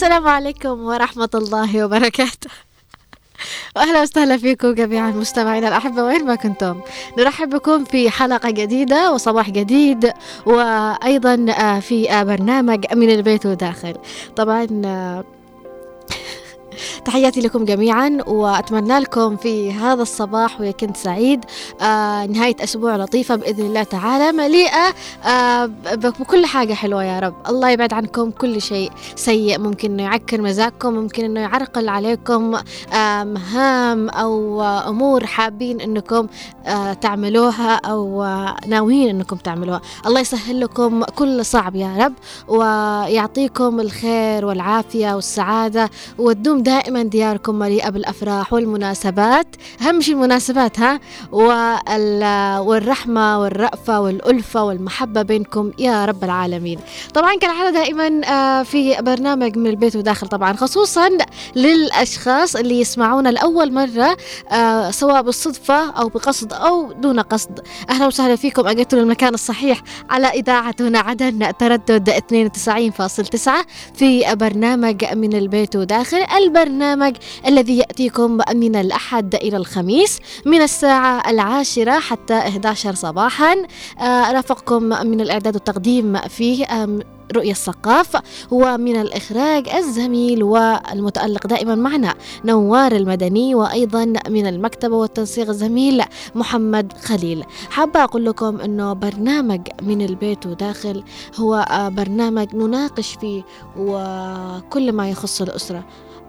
السلام عليكم ورحمة الله وبركاته. وأهلا وسهلا فيكم جميعا مستمعينا الأحبة وين ما كنتم. نرحب بكم في حلقة جديدة وصباح جديد، وأيضا في برنامج من البيت وداخل. طبعا تحياتي لكم جميعا، وأتمنى لكم في هذا الصباح ويكون سعيد، نهاية أسبوع لطيفة بإذن الله تعالى، مليئة بكل حاجة حلوة يا رب. الله يبعد عنكم كل شيء سيء ممكن أنه يعكر مزاجكم، ممكن أنه يعرقل عليكم مهام أو أمور حابين أنكم تعملوها أو ناويين أنكم تعملوها. الله يسهل لكم كل صعب يا رب، ويعطيكم الخير والعافية والسعادة، وتدوم دائما دياركم مليئة بالأفراح والمناسبات، أهم شيء المناسبات والرحمة والرأفة والألفة والمحبة بينكم يا رب العالمين. طبعا كالعادة دائما في برنامج من البيت وداخل، طبعا خصوصا للأشخاص اللي يسمعونا لأول مرة، سواء بالصدفة أو بقصد أو دون قصد. أهلا وسهلا فيكم، أجيتوا للمكان الصحيح على إذاعة هنا عدن تردد 92.9 في برنامج من البيت وداخل، البرنامج الذي يأتيكم من الأحد إلى الخميس من الساعة 10 حتى 11 صباحا. رافقكم من الإعداد والتقديم فيه رؤية الثقاف، ومن الإخراج الزميل والمتألق دائما معنا نوار المدني، وأيضا من المكتبة والتنسيق الزميل محمد خليل. حابة أقول لكم أنه برنامج من البيت وداخل هو برنامج نناقش فيه وكل ما يخص الأسرة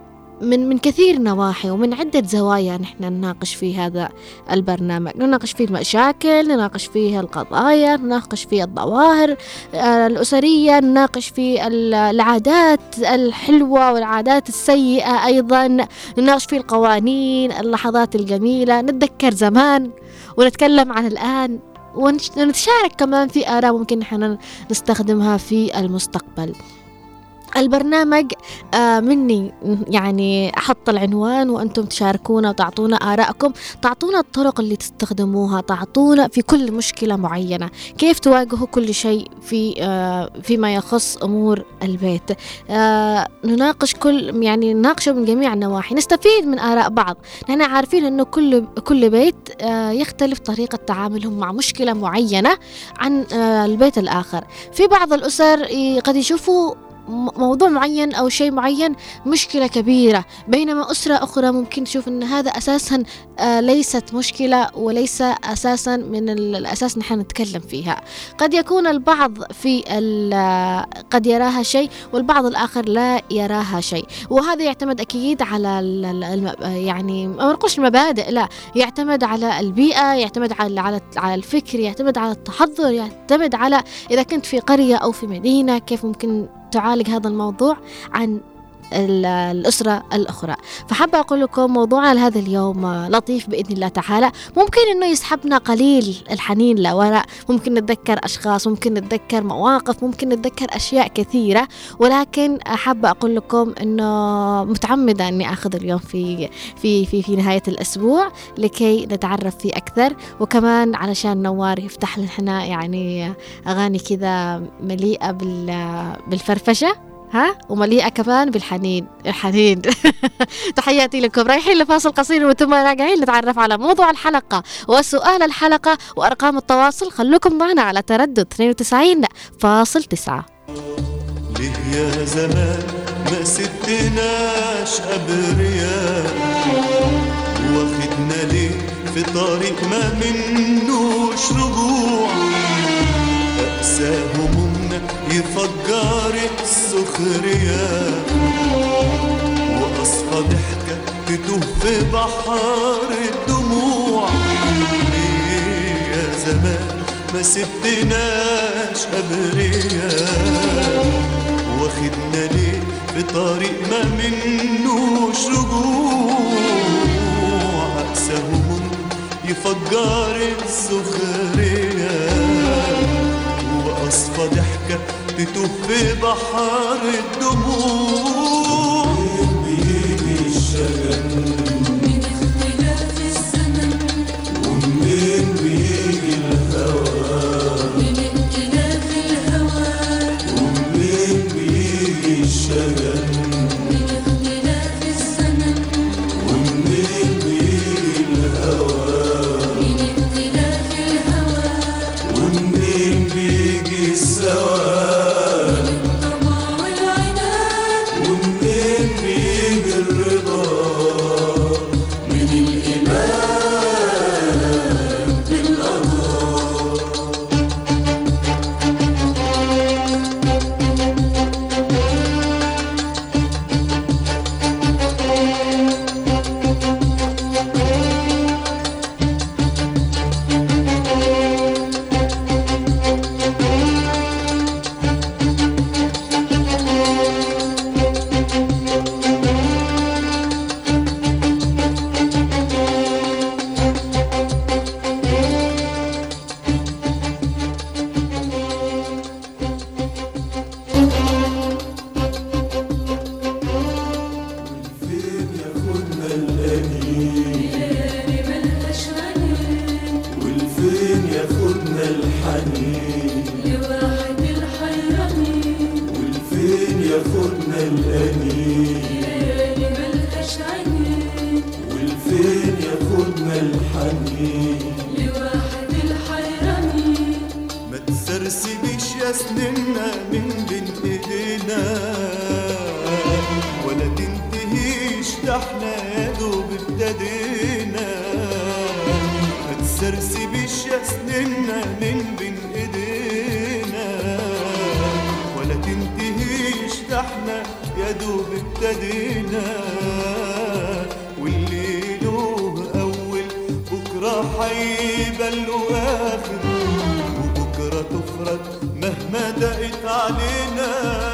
من كثير نواحي ومن عدة زوايا. نحن نناقش فيه هذا البرنامج، نناقش فيه المشاكل، نناقش فيه القضايا، نناقش فيه الظواهر الأسرية، نناقش فيه العادات الحلوة والعادات السيئة، أيضا نناقش فيه القوانين، اللحظات الجميلة، نتذكر زمان ونتكلم عن الآن، ونتشارك كمان في آراء ممكن نحن نستخدمها في المستقبل. البرنامج مني يعني أحط العنوان وأنتم تشاركونا وتعطونا آراءكم، تعطونا الطرق اللي تستخدموها، تعطونا في كل مشكلة معينة كيف تواجهوا كل شيء فيما يخص أمور البيت. نناقش نناقشه من جميع النواحي، نستفيد من آراء بعض. نحن عارفين أنه كل بيت يختلف طريقة تعاملهم مع مشكلة معينة عن البيت الآخر. في بعض الأسر قد يشوفوا موضوع معين أو شيء معين مشكلة كبيرة، بينما أسرة أخرى ممكن تشوف أن هذا أساسا ليست مشكلة وليس أساسا من الأساس نحن نتكلم فيها. قد يكون البعض قد يراها شيء والبعض الآخر لا يراها شيء، وهذا يعتمد أكيد على يعني ما نقولش المبادئ، لا، يعتمد على البيئة، يعتمد على الفكر، يعتمد على التحضر، يعتمد على إذا كنت في قرية أو في مدينة كيف ممكن تعالج هذا الموضوع عن الأسرة الأخرى. فحابة أقول لكم موضوعنا لهذا اليوم لطيف بإذن الله تعالى، ممكن أنه يسحبنا قليل الحنين لوراء، ممكن نتذكر أشخاص، ممكن نتذكر مواقف، ممكن نتذكر أشياء كثيرة، ولكن حابة أقول لكم أنه متعمدة أني أخذ اليوم في نهاية الأسبوع لكي نتعرف فيه أكثر، وكمان علشان نوار يفتح لنا يعني أغاني كذا مليئة بالفرفشة ومليئة كمان بالحنين الحنين. تحياتي لكم، رايحين لفاصل قصير وثم راجعين نتعرف على موضوع الحلقة وسؤال الحلقة وأرقام التواصل. خلوكم معنا على تردد 92.9. ليه يا زمان ما سبتناش أبرياء، واخدنا ليه في طريق ما منوش رجوع، أقسى همومنا يفجر السخرية، وأصفى ضحكة تتوه في بحر الدموع. ليه يا زمان ما سبتناش أبرياء، واخدنا ليه في طريق ما منوش رجوع، أقسى همومنا يفجر السخرية، وأصفى ضحكة تتوه في بحر الدموع. بيجي الشجن من اختلاف الزمن، ومنين بيجي الهوى من اختلاف الهوى، ومنين بيجي الشجن لواحد الحيرانين والفين ياخدنا الأنين ليالي ملهاش عينين والفين ياخدنا الحنين لواحد الحيرانين ما تسرسبيش يا سننا من بين ايدينا ولا تنتهيش ده احنا يا دوب ابتدينا ما تسرسبيش يا سننا من بين ايدينا ولا تنتهيش ده احنا يا دوب ابتدينا واللي له اول بكره هيبقى له اخر وبكره تفرج مهما دقت علينا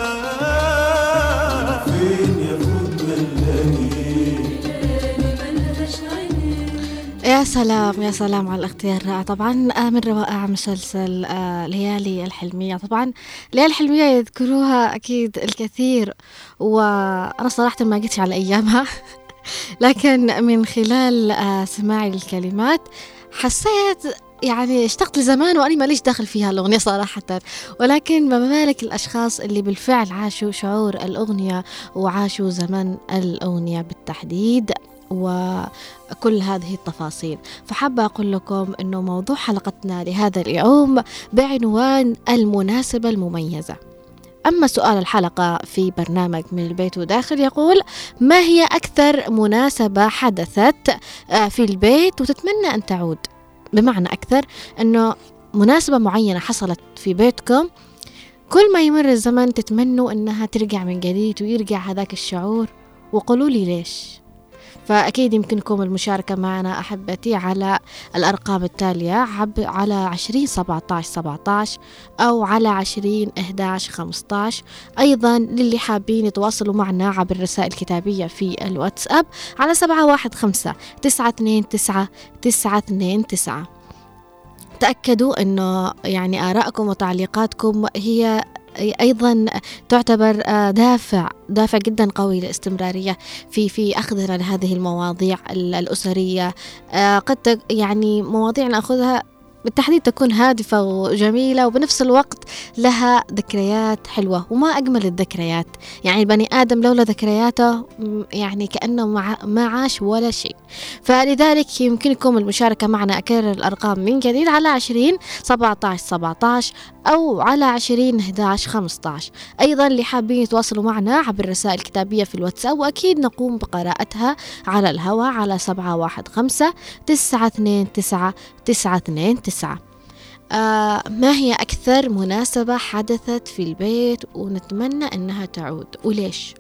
فين ياخدنا الأنين ملهاش عينين. يا سلام يا سلام على الاختيار الرائع. طبعا من روائع مسلسل ليالي الحلمية. طبعا ليالي الحلمية يذكروها أكيد الكثير، وأنا صراحة ما قلتش على أيامها لكن من خلال سماعي الكلمات حسيت يعني اشتقت لزمان وأنا ماليش دخل فيها الأغنية صراحة، ولكن ما بالك الأشخاص اللي بالفعل عاشوا شعور الأغنية وعاشوا زمن الأغنية بالتحديد وكل هذه التفاصيل. فحابة أقول لكم أنه موضوع حلقتنا لهذا اليوم بعنوان المناسبة المميزة. أما سؤال الحلقة في برنامج من البيت وداخل يقول: ما هي أكثر مناسبة حدثت في البيت وتتمنى أن تعود؟ بمعنى أكثر أنه مناسبة معينة حصلت في بيتكم كل ما يمر الزمن تتمنوا أنها ترجع من جديد ويرجع هذاك الشعور، وقولوا لي ليش. فأكيد يمكنكم المشاركة معنا أحبتي على الأرقام التالية على 2017 أو على 2011 أيضا للي حابين يتواصلوا معنا عبر الرسائل الكتابية في الواتساب على 715-929-929. تأكدوا أنه يعني آراءكم وتعليقاتكم هي أيضا تعتبر دافع جدا قوي للاستمرارية في أخذنا لهذه المواضيع الأسرية. قد يعني مواضيع نأخذها بالتحديد تكون هادفة وجميلة وبنفس الوقت لها ذكريات حلوة، وما أجمل الذكريات. يعني البني آدم لولا ذكرياته يعني كأنه ما عاش ولا شيء. فلذلك يمكنكم المشاركة معنا. أكرر الأرقام من جديد على 2017 أو على 2011 أيضا اللي حابين يتواصلوا معنا عبر الرسائل الكتابية في الواتساب، وأكيد نقوم بقراءتها على الهواء على 715-929-929. ما هي أكثر مناسبة حدثت في البيت ونتمنى أنها تعود وليش؟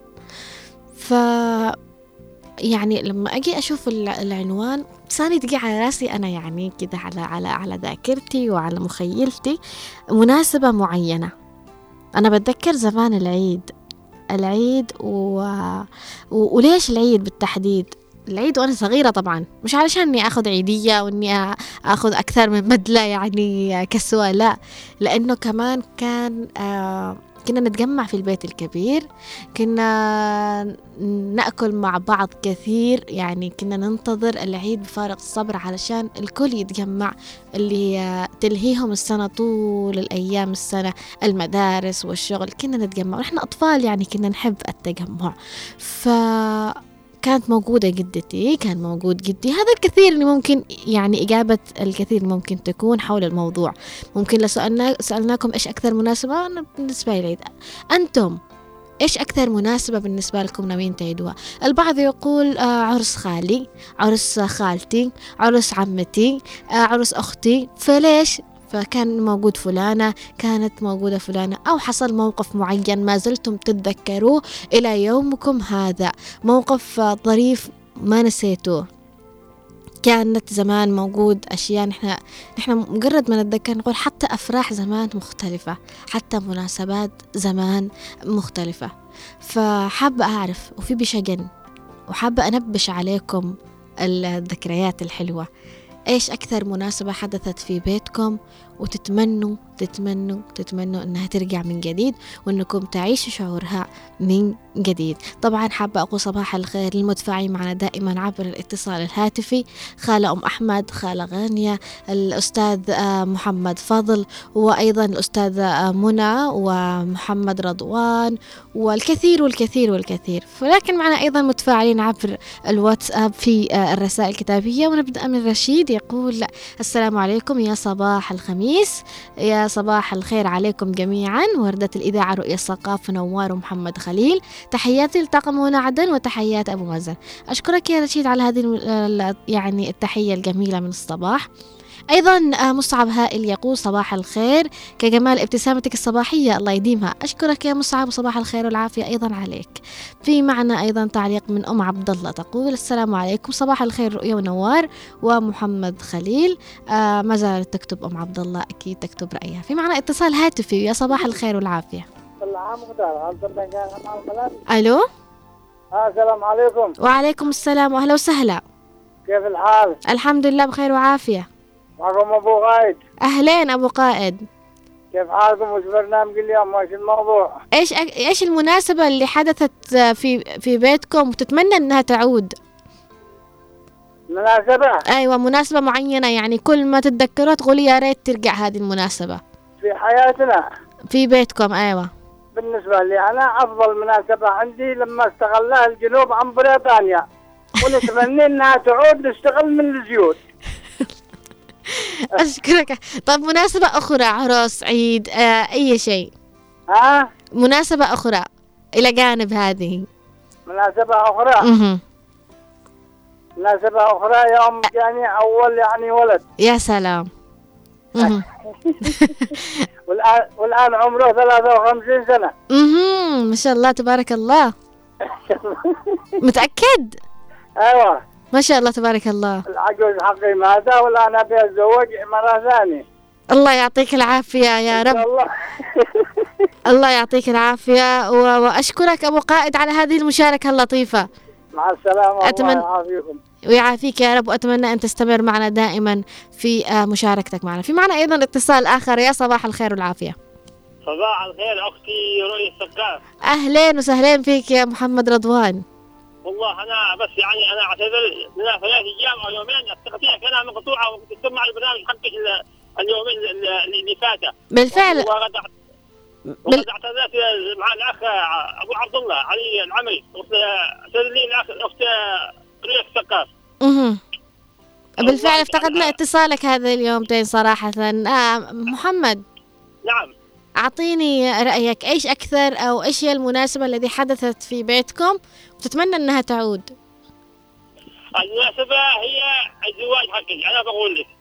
يعني لما أجي أشوف العنوان ثاني تجي على راسي أنا يعني كده على ذاكرتي وعلى مخيلتي مناسبة معينة. أنا بتذكر زمان العيد وليش العيد بالتحديد؟ العيد وأنا صغيرة طبعا، مش علشان إني أخذ عيدية وإني أخذ أكثر من بدلة يعني كسوة، لا، لأنه كمان كان كنا نتجمع في البيت الكبير، كنا نأكل مع بعض كثير، يعني كنا ننتظر العيد بفارغ الصبر علشان الكل يتجمع، اللي تلهيهم السنة طول الأيام السنة المدارس والشغل، كنا نتجمع ونحن أطفال يعني كنا نحب التجمع. كانت موجودة جدتي، كان موجود جدي، هذا الكثير اللي ممكن يعني إجابة الكثير ممكن تكون حول الموضوع. ممكن لو سألناكم إيش أكثر مناسبة، أنا بالنسبة لي العيد. أنتم إيش أكثر مناسبة بالنسبة لكم ناويين تعيدوها؟ البعض يقول عرس خالي، عرس خالتي، عرس عمتي، عرس أختي. فليش؟ فكان موجود فلانة، كانت موجودة فلانة، أو حصل موقف معين ما زلتم تتذكروه إلى يومكم هذا، موقف ظريف ما نسيتوه. كانت زمان موجود أشياء نحن مجرد ما نتذكر نقول حتى أفراح زمان مختلفة، حتى مناسبات زمان مختلفة. فحابة أعرف وفي بشجن وحابة أنبش عليكم الذكريات الحلوة. إيش أكثر مناسبة حدثت في بيتكم وتتمنوا إنها ترجع من جديد وإنكم تعيشوا شعورها من جديد. طبعا حابة أقول صباح الخير للمتفاعلين معنا دائما عبر الاتصال الهاتفي، خالة أم أحمد، خالة غانية، الأستاذ محمد فضل، وأيضا الأستاذة منى ومحمد رضوان، والكثير والكثير والكثير. ولكن معنا أيضا متفاعلين عبر الواتساب في الرسائل الكتابية. ونبدأ من رشيد يقول السلام عليكم يا صباح الخميس، يا صباح الخير عليكم جميعا، وردة الإذاعة رؤية الثقافة نوار ومحمد خليل، تحياتي لطاقم هنا عدن وتحيات أبو مازن. أشكرك يا رشيد على هذه يعني التحية الجميلة من الصباح. أيضا مصعب هائل يقول صباح الخير، كجمال ابتسامتك الصباحية الله يديمها. أشكرك يا مصعب وصباح الخير والعافية أيضا عليك. في معنا أيضا تعليق من أم عبد الله تقول السلام عليكم، صباح الخير رؤية ونوار ومحمد خليل. ما زالت تكتب أم عبد الله، أكيد تكتب رأيها. في معنا اتصال هاتفي، يا صباح الخير والعافية. ألو. السلام عليكم. وعليكم السلام وأهلا وسهلا. كيف الحال؟ الحمد لله بخير وعافية. معكم أبو قائد. أهلين أبو قائد، كيف حالكم؟ وش برنامج اليوم؟ وش الموضوع؟ إيش المناسبة اللي حدثت في بيتكم وتتمنى إنها تعود؟ مناسبة؟ أيوة مناسبة معينة، يعني كل ما تتذكرها تقولي يا ريت ترجع هذه المناسبة في حياتنا في بيتكم. أيوة. بالنسبة لي أنا أفضل مناسبة عندي لما استغلها الجنوب عن بريطانيا، ونتمنى إنها تعود نشتغل من الزيوت. أشكرك. طب مناسبة أخرى، عروس، عيد، أي شيء، مناسبة أخرى إلى جانب هذه. مناسبة أخرى. مناسبة أخرى يوم جاني أول يعني ولد. يا سلام. والآن عمره 53 سنة. ما شاء الله تبارك الله. متأكد؟ أيوة ما شاء الله تبارك الله. العجوز حقي مات والآن أبي أتزوج مرة ثانية. الله يعطيك العافية يا رب. الله. الله يعطيك العافية وأشكرك أبو قائد على هذه المشاركة اللطيفة. مع السلامة. أتمنى الله يعافيكم ويعافيك يا رب، وأتمنى أن تستمر معنا دائما في مشاركتك معنا. في معنا أيضا اتصال آخر، يا صباح الخير والعافية. صباح الخير أختي رؤية الثقافة. أهلين وسهلين فيك يا محمد رضوان. والله أنا بس يعني أنا أعتذر لنا 3 أيام أو يومين التغطية كانت مقطوعة وكنت تسمع البرنامج حقك اليومين اللي فاتوا. بالفعل. وقد اعتذرت مع الأخ أبو عبد الله علي العمري، واعتذر لي الأخت رؤية الثقافة. بالفعل افتقدنا اتصالك هذا اليومين صراحة. محمد. نعم. أعطيني رأيك، إيش أكثر أو إيش هي المناسبة التي حدثت في بيتكم وتتمنى أنها تعود؟ المناسبة هي الزواج حقي، أنا بقول لك.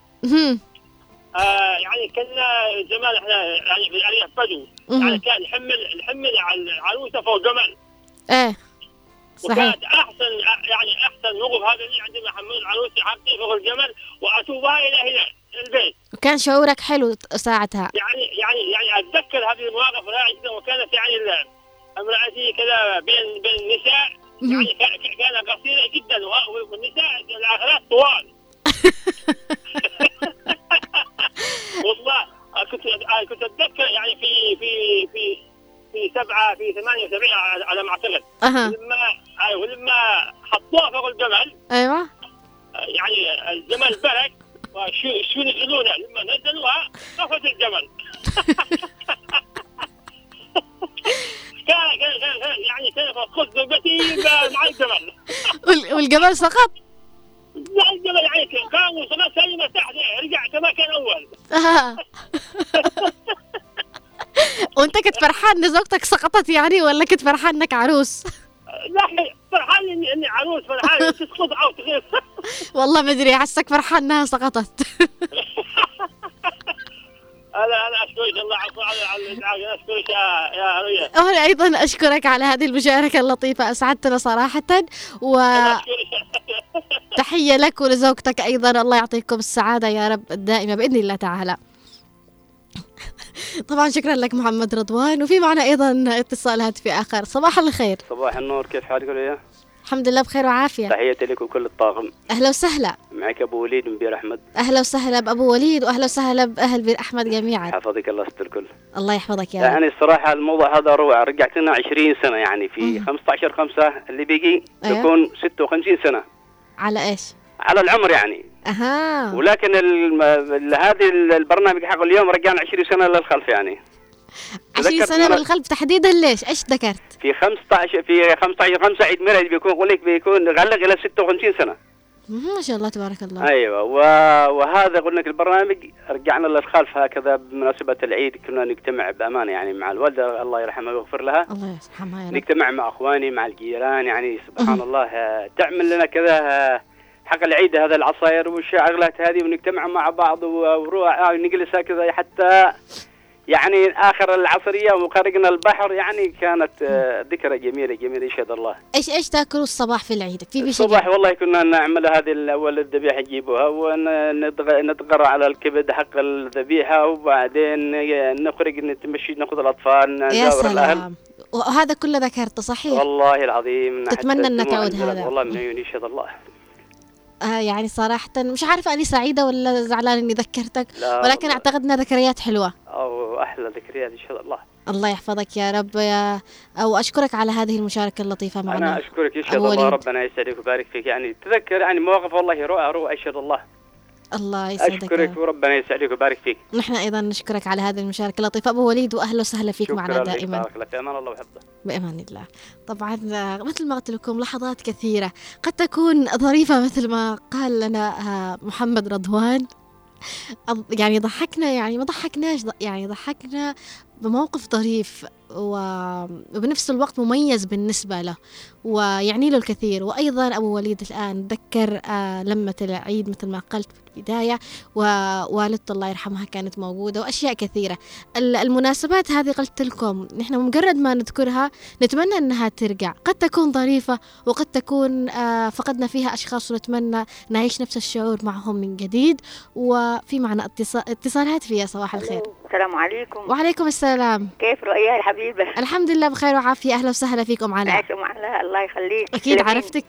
يعني كنا زمان احنا يعني في الأرياف بدو، يعني كان نحمل على العروسة فوق جمل. صحيح. وكانت أحسن موقف هذا اللي عندما حملوا العروسة حقي فوق الجمل وأتوبها إلى هنا البيت. وكان شعورك حلو ساعتها. يعني أتذكر هذه المواقف رائعة جدا، وكانت يعني امرأتي كذا بين النساء، يعني كانت قصيرة جدا والنساء الآخرات طوال. والله كنت أتذكر يعني في 78 على ما أعتقد. ولما حطوها فوق الجمل. أيوة. يعني الجمل برك وشو نزلونا، لما نزلوها طفت الجمل. كان يعني كان خذ ضربتي مع الجمل. والجمل سقط. لا الجمل يعني كان وصلت سليمة تحت، رجع كما كان أول. وانت كنت فرحان ان زوجتك سقطت يعني، ولا كنت فرحان انك عروس؟ لا فرحان اني عروس، فرحان تسقط او تغير. والله ما ادري، حسك فرحان انها سقطت. انا اشكرك، الله يعفو على الازعاج، اشكرك يا رؤيا. انا ايضا اشكرك على هذه المشاركه اللطيفه، اسعدتنا صراحه. تحيه لك ولزوجتك ايضا، الله يعطيكم السعاده يا رب الدائمه باذن الله تعالى. طبعا شكرا لك محمد رضوان. وفي معنا ايضا اتصال هاتفي اخر. صباح الخير. صباح النور، كيف حالك رؤيا؟ الحمد لله بخير وعافية. تحياتي لك وكل الطاقم. أهلا وسهلا. معك أبو وليد من بير أحمد. أهلا وسهلا بأبو وليد وأهلا وسهلا بأهل بير أحمد جميعا. حفظك الله ستر الكل. الله يحفظك يا رب. يعني الصراحة الموضوع هذا روعة، رجعت لنا 20 سنة يعني في 15/5 اللي بيجي يكون 56 سنة. على إيش؟ على العمر يعني. أها. ولكن هذه البرنامج حق اليوم رجعنا 20 سنة للخلف يعني. 20 سنة للخلف تحديدا ليش؟ إيش ذكرت؟ في 15/5 عيد ميلاد بيكون أقول لك بيكون غلق إلى 56 سنة. ما شاء الله تبارك الله. أيوة وهذا قلنا لك البرنامج رجعنا للخلف هكذا بمناسبة العيد، كنا نجتمع بأمانة يعني مع الوالدة الله يرحمها ويغفر لها. الله يرحمها يا رب. نجتمع مع أخواني مع الجيران يعني سبحان الله تعمل لنا كذا حق العيد هذا العصاير والشغلات هذه، ونجتمع مع بعض ونروح نجلس هكذا حتى يعني آخر العصرية وخرجنا البحر يعني. كانت ذكرى جميلة يشهد الله. إيش تاكلوا الصباح في العيد؟ في الصباح والله كنا نعمل هذه الأول الذبيحة نجيبوها ونتغرى على الكبد حق الذبيحة، وبعدين نخرج نتمشي نأخذ الأطفال نزور الأهل. وهذا كله ذكرته صحيح؟ والله العظيم تتمنى أن تعود هذا؟ والله من عيوني يشهد الله. يعني صراحة مش عارفة أني سعيدة ولا زعلان إني ذكرتك، ولكن أعتقد أنها ذكريات حلوة أو أحلى ذكريات إن شاء الله. الله يحفظك يا رب أو أشكرك على هذه المشاركة اللطيفة معنا. أنا أشكرك يشهد الله، ربنا يسعدك ويبارك فيك. يعني تذكر يعني مواقف والله روعة يشهد الله. الله يسعدك. أشكرك وربنا يسعدك ويبارك فيك. نحن أيضا نشكرك على هذه المشاركة اللطيفة أبو وليد، وأهلا وسهلا فيك معنا دائما. بارك الله، في أمان الله وحفظه. بأمان الله. طبعا مثل ما قلت لكم لحظات كثيرة قد تكون ظريفة مثل ما قال لنا محمد رضوان، يعني ضحكنا، يعني ما ضحكناش، يعني ضحكنا بموقف ظريف وبنفس الوقت مميز بالنسبة له ويعني له الكثير. وأيضا أبو وليد الآن ذكر لمة العيد مثل ما قلت في البداية، ووالدته الله يرحمها كانت موجودة، وأشياء كثيرة. المناسبات هذه قلت لكم نحن مجرد ما نذكرها نتمنى أنها ترجع، قد تكون ظريفة وقد تكون فقدنا فيها أشخاص ونتمنى نعيش نفس الشعور معهم من جديد. وفي معنا اتصالات فيها. صباح الخير. السلام عليكم. وعليكم السلام. كيف رؤيا الحبيبة؟ الحمد لله بخير وعافية. أهلا وسهلا فيك أم علاء. أم علاء الله يخليك. أكيد عرفتك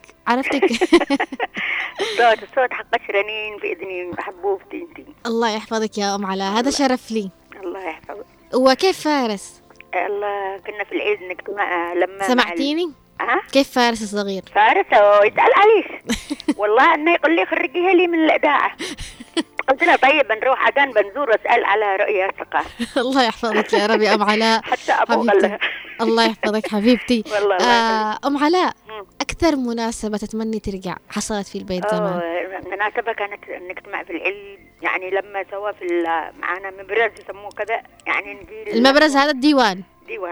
الصوت حقك رنين في إذني حبوبتي انتي. الله يحفظك يا أم علاء، هذا شرف لي. الله يحفظك. وكيف فارس؟ الله كنا في العيد نجتمع لما سمعتيني؟ كيف فارس الصغير؟ فارس يسأل عليك والله أنه يقول لي خرجيها لي من الإذاعة. قلت له طيب بنروح عدن بنزور واسأل على رؤيا الثقافة. الله يحفظك يا ربي أم علاء. حتى أبوها. الله يحفظك حبيبتي. والله أم علاء، أكثر مناسبة تتمني ترجع حصلت في البيت زمان؟ مناسبة كانت نجتمع في العيد، يعني لما سوا في معانا مبرز يسموه كذا، يعني نجي المبرز هذا الديوان.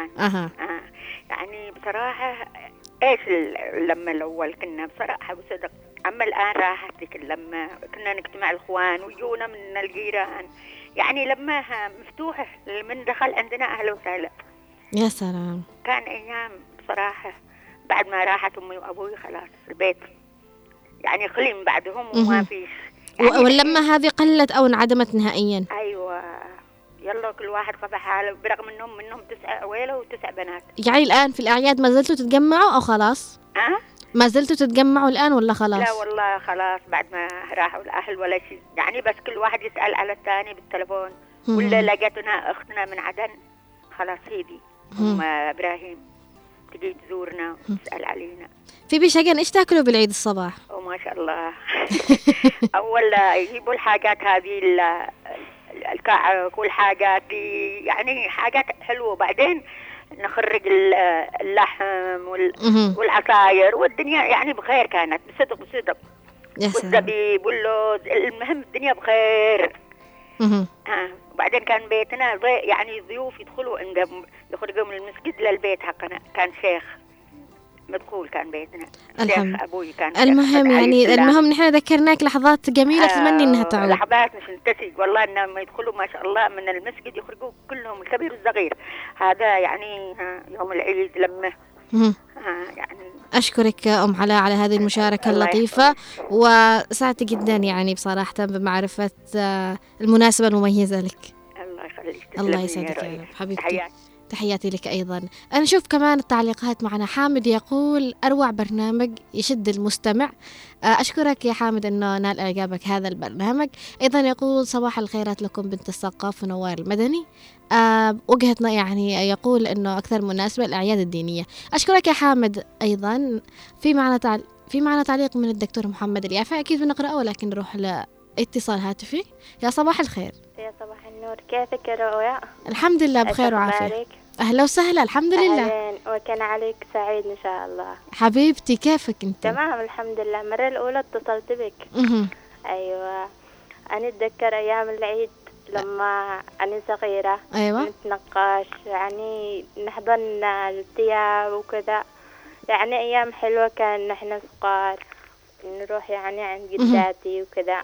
يعني بصراحة ايش لما الأول كنا بصراحة بصدق، أما الآن راحتك لما كنا نجتمع الإخوان ويجونا من الجيران، يعني لما مفتوحة من دخل عندنا أهلا وسهلا. يا سلام. كان أيام بصراحة. بعد ما راحت أمي وأبوي خلاص البيت يعني خلي من بعدهم وما فيش يعني. واللمة هذه قلت أو انعدمت نهائيا؟ أيوة يلا كل واحد قضى حاله، برغم منهم 9 عويلة و9 بنات. يعني الآن في الأعياد ما زلتوا تتجمعوا أو خلاص؟ ما زلتوا تتجمعوا الآن ولا خلاص؟ لا والله خلاص بعد ما راحوا الأهل ولا شيء، يعني بس كل واحد يسأل على الثاني بالتلفون. ولا لقيتنا أختنا من عدن خلاص هيدي أم إبراهيم تجي تزورنا وتسأل علينا. في بشجن إيش تاكلوا بالعيد الصباح؟ ما شاء الله. أول يجيبوا الحاجات هذه الكعك والحاجات يعني حاجات حلوة، بعدين نخرج اللحم والعصاير والدنيا يعني بخير كانت بصدق والزبيب واللوز، المهم الدنيا بخير. وبعدين كان بيتنا يعني ضيوف يدخلوا يخرجوا من المسجد للبيت حقنا، كان شيخ مدخول كان بيتنا. شيخ أبوي كان. المهم يعني المهم نحن ذكرناك لحظات جميلة تتمني إنها تعود. لحظات مش ننتسي والله، إنهم يدخلوا ما شاء الله من المسجد يخرجوا كلهم الكبير والصغير. هذا يعني يوم العيد لما يعني. أشكرك أم علاء على هذه المشاركة اللطيفة، وسعدت جدا يعني بصراحة بمعرفة المناسبة المميزة لك. الله يخليك. الله يسعدك يا رب حبيبتي. تحياتي لك أيضا. أنا نشوف كمان التعليقات معنا. حامد يقول أروع برنامج يشد المستمع. أشكرك يا حامد أنه نال إعجابك هذا البرنامج. أيضا يقول صباح الخيرات لكم بنت الثقاف ونوار المدني. وجهتنا يعني يقول أنه أكثر مناسبة الأعياد الدينية. أشكرك يا حامد. أيضا في معنا تعليق من الدكتور محمد اليافع، أكيد بنقرأه ولكن نروح لاتصال هاتفي. يا صباح الخير. يا صباح النور، كيفك يا رؤيا؟ الحمد لله بخير وعافية. أهلا وسهلا. الحمد لله. أهلين، وكان عليك سعيد إن شاء الله. حبيبتي كيفك أنت؟ تمام الحمد لله. المرة الأولى اتصلت بك. أيوة، أنا أتذكر أيام العيد لما أنا صغيرة. أيوة. نتنقش يعني نحضن الثياب وكذا، يعني أيام حلوة كان نحن صغار نروح يعني عند جداتي وكذا.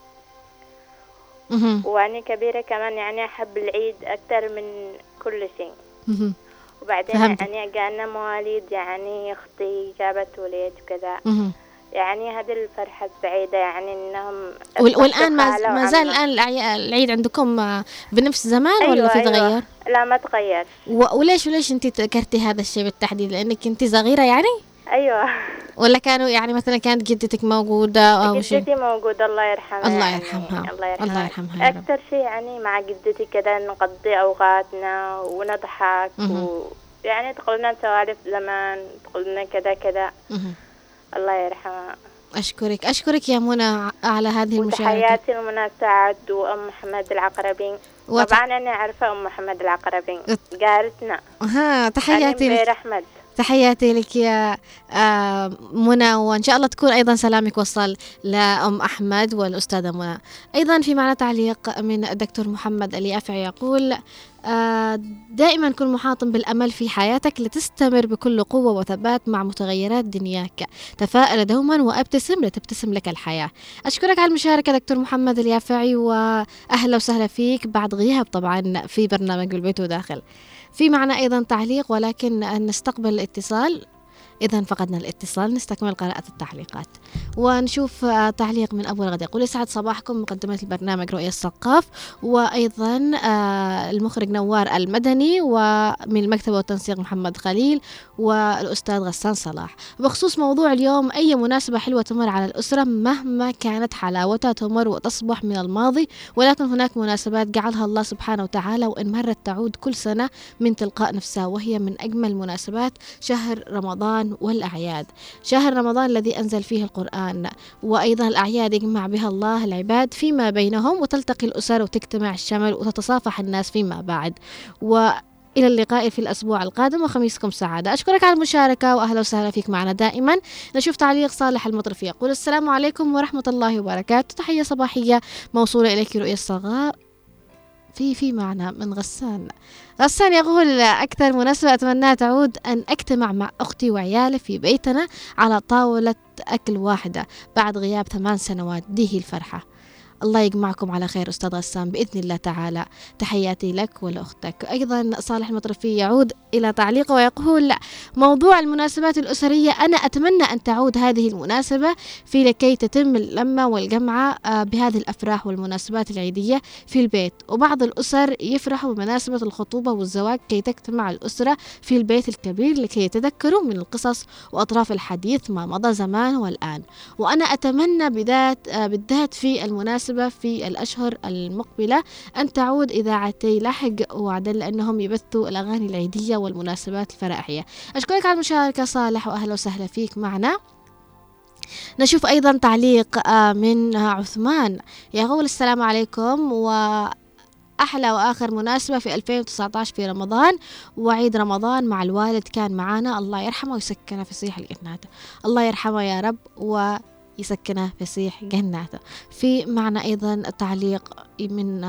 وأنا كبيرة كمان يعني أحب العيد أكثر من كل شيء. وبعدين يعني جانا مواليد، يعني أختي جابت وليد وكذا. يعني هذه الفرحة السعيدة يعني إنهم. والآن ما زال الآن العيد عندكم بنفس زمان؟ أيوة ولا في تغير؟ أيوة. لا ما تغير. وليش أنت ذكرتي هذا الشيء بالتحديد؟ لأنك أنت صغيرة يعني؟ أيوة. ولا كانوا يعني مثلا كانت جدتك موجودة أو شيء؟ جدتي موجودة الله يرحمها. الله يرحمها. يعني الله يرحمها. أكثر شيء يعني مع جدتي كذا نقضي أوقاتنا ونضحك يعني تقولنا سوالف زمان، تقولنا كذا كذا. الله يرحمها. أشكرك يا منى على هذه المشاركة. وتحياتي لمنى سعد وأم محمد العقربين. طبعا أنا عارفة أم محمد العقربين جارتنا. تحياتي لك أحمد. تحياتي لك يا منى، وإن شاء الله تكون أيضا سلامك وصل لأم أحمد والأستاذة منى. أيضا في معنا تعليق من الدكتور محمد اليافع يقول دائما كن محاطا بالأمل في حياتك لتستمر بكل قوة وثبات مع متغيرات دنياك. تفائل دوما وابتسم لتبتسم لك الحياة. أشكرك على المشاركة دكتور محمد اليافعي، وأهلا وسهلا فيك بعد غياب طبعا في برنامج بالبيت وداخل. في معنا أيضا تعليق ولكن نستقبل الاتصال. إذا فقدنا الاتصال نستكمل قراءة التعليقات ونشوف تعليق من أبو الغد يقول يسعد صباحكم مقدمة البرنامج رؤية الثقاف، وأيضا المخرج نوار المدني، ومن المكتب والتنسيق محمد خليل، والأستاذ غسان صلاح. بخصوص موضوع اليوم، أي مناسبة حلوة تمر على الأسرة مهما كانت حلاوتها تمر وتصبح من الماضي، ولكن هناك مناسبات جعلها الله سبحانه وتعالى وإن مرت تعود كل سنة من تلقاء نفسها، وهي من أجمل المناسبات شهر رمضان والأعياد. شهر رمضان الذي أنزل فيه القرآن، وأيضا الأعياد يجمع بها الله العباد فيما بينهم، وتلتقي الأسر وتجتمع الشمل وتتصافح الناس فيما بعد. وإلى اللقاء في الأسبوع القادم وخميسكم سعادة. أشكرك على المشاركة وأهلا وسهلا فيك معنا دائما. نشوف تعليق صالح المطرفي يقول السلام عليكم ورحمة الله وبركاته، تحية صباحية موصولة إليك رؤية الصغار. في معنى من غسان يقول أكثر مناسبة أتمنى تعود أن أجتمع مع أختي وعيالي في بيتنا على طاولة أكل واحدة بعد غياب 8 سنوات. دي الفرحة. الله يجمعكم على خير أستاذ غسان بإذن الله تعالى. تحياتي لك ولأختك. أيضا صالح المطرفي يعود إلى تعليقه ويقول موضوع المناسبات الأسرية، أنا أتمنى أن تعود هذه المناسبة في لكي تتم اللمة والجمعة بهذه الأفراح والمناسبات العيدية في البيت. وبعض الأسر يفرحوا بمناسبة الخطوبة والزواج كي تجتمع الأسرة في البيت الكبير لكي يتذكروا من القصص وأطراف الحديث ما مضى زمان والآن. وأنا أتمنى بالذات في المناسبة في الأشهر المقبلة أن تعود إذاعتي لحق وعدا، لأنهم يبثوا الأغاني العيدية والمناسبات الفرحية. أشكرك على المشاركة صالح وأهلا وسهلا فيك معنا. نشوف أيضا تعليق من عثمان يقول السلام عليكم، وأحلى وآخر مناسبة في 2019 في رمضان وعيد رمضان مع الوالد كان معنا، الله يرحمه ويسكنه في صيح جناته. الله يرحمه يا رب ويسكنه في صيح جناته. في معنى أيضا تعليق من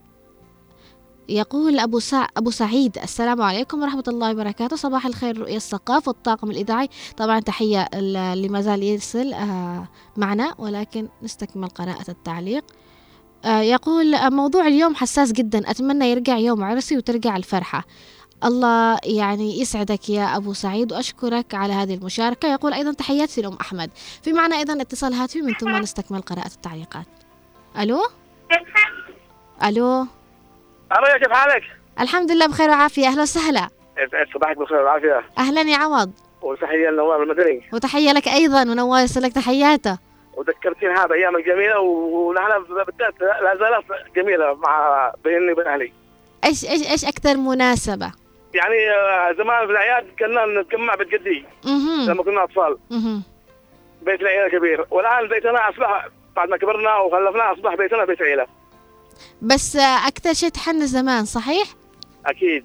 يقول أبو سعيد السلام عليكم ورحمة الله وبركاته، صباح الخير رؤية الثقافة والطاقم الإذاعي. طبعا تحية اللي ما زال يرسل معنا، ولكن نستكمل قراءة التعليق. يقول موضوع اليوم حساس جدا، أتمنى يرجع يوم عرسي وترجع الفرحة. الله يعني يسعدك يا أبو سعيد وأشكرك على هذه المشاركة. يقول أيضا تحياتي لأم أحمد. في معنى أيضا اتصال هاتفي من ثم نستكمل قراءة التعليقات. ألو يا كيف حالك؟ الحمد لله بخير وعافية. أهلا وسهلا. صباحك بخير والعافية. أهلا يا عوض. وتحية لنوار المدني. وتحية لك أيضا، ونوار يرسل لك تحياته. وذكرتين هذا أيام الجميلة، ونحن بالذات لا زالت جميلة مع بيني وبين أهلي. إيش أكثر مناسبة؟ يعني زمان في الأعياد كنا نتجمع بالجدي لما كنا أطفال. بيت العيلة كبير، والآن بيتنا أصبح بعد ما كبرنا وخلفنا أصبح بيتنا بيت عيلة. بس أكثر شيء تحن زمان، صحيح؟ أكيد.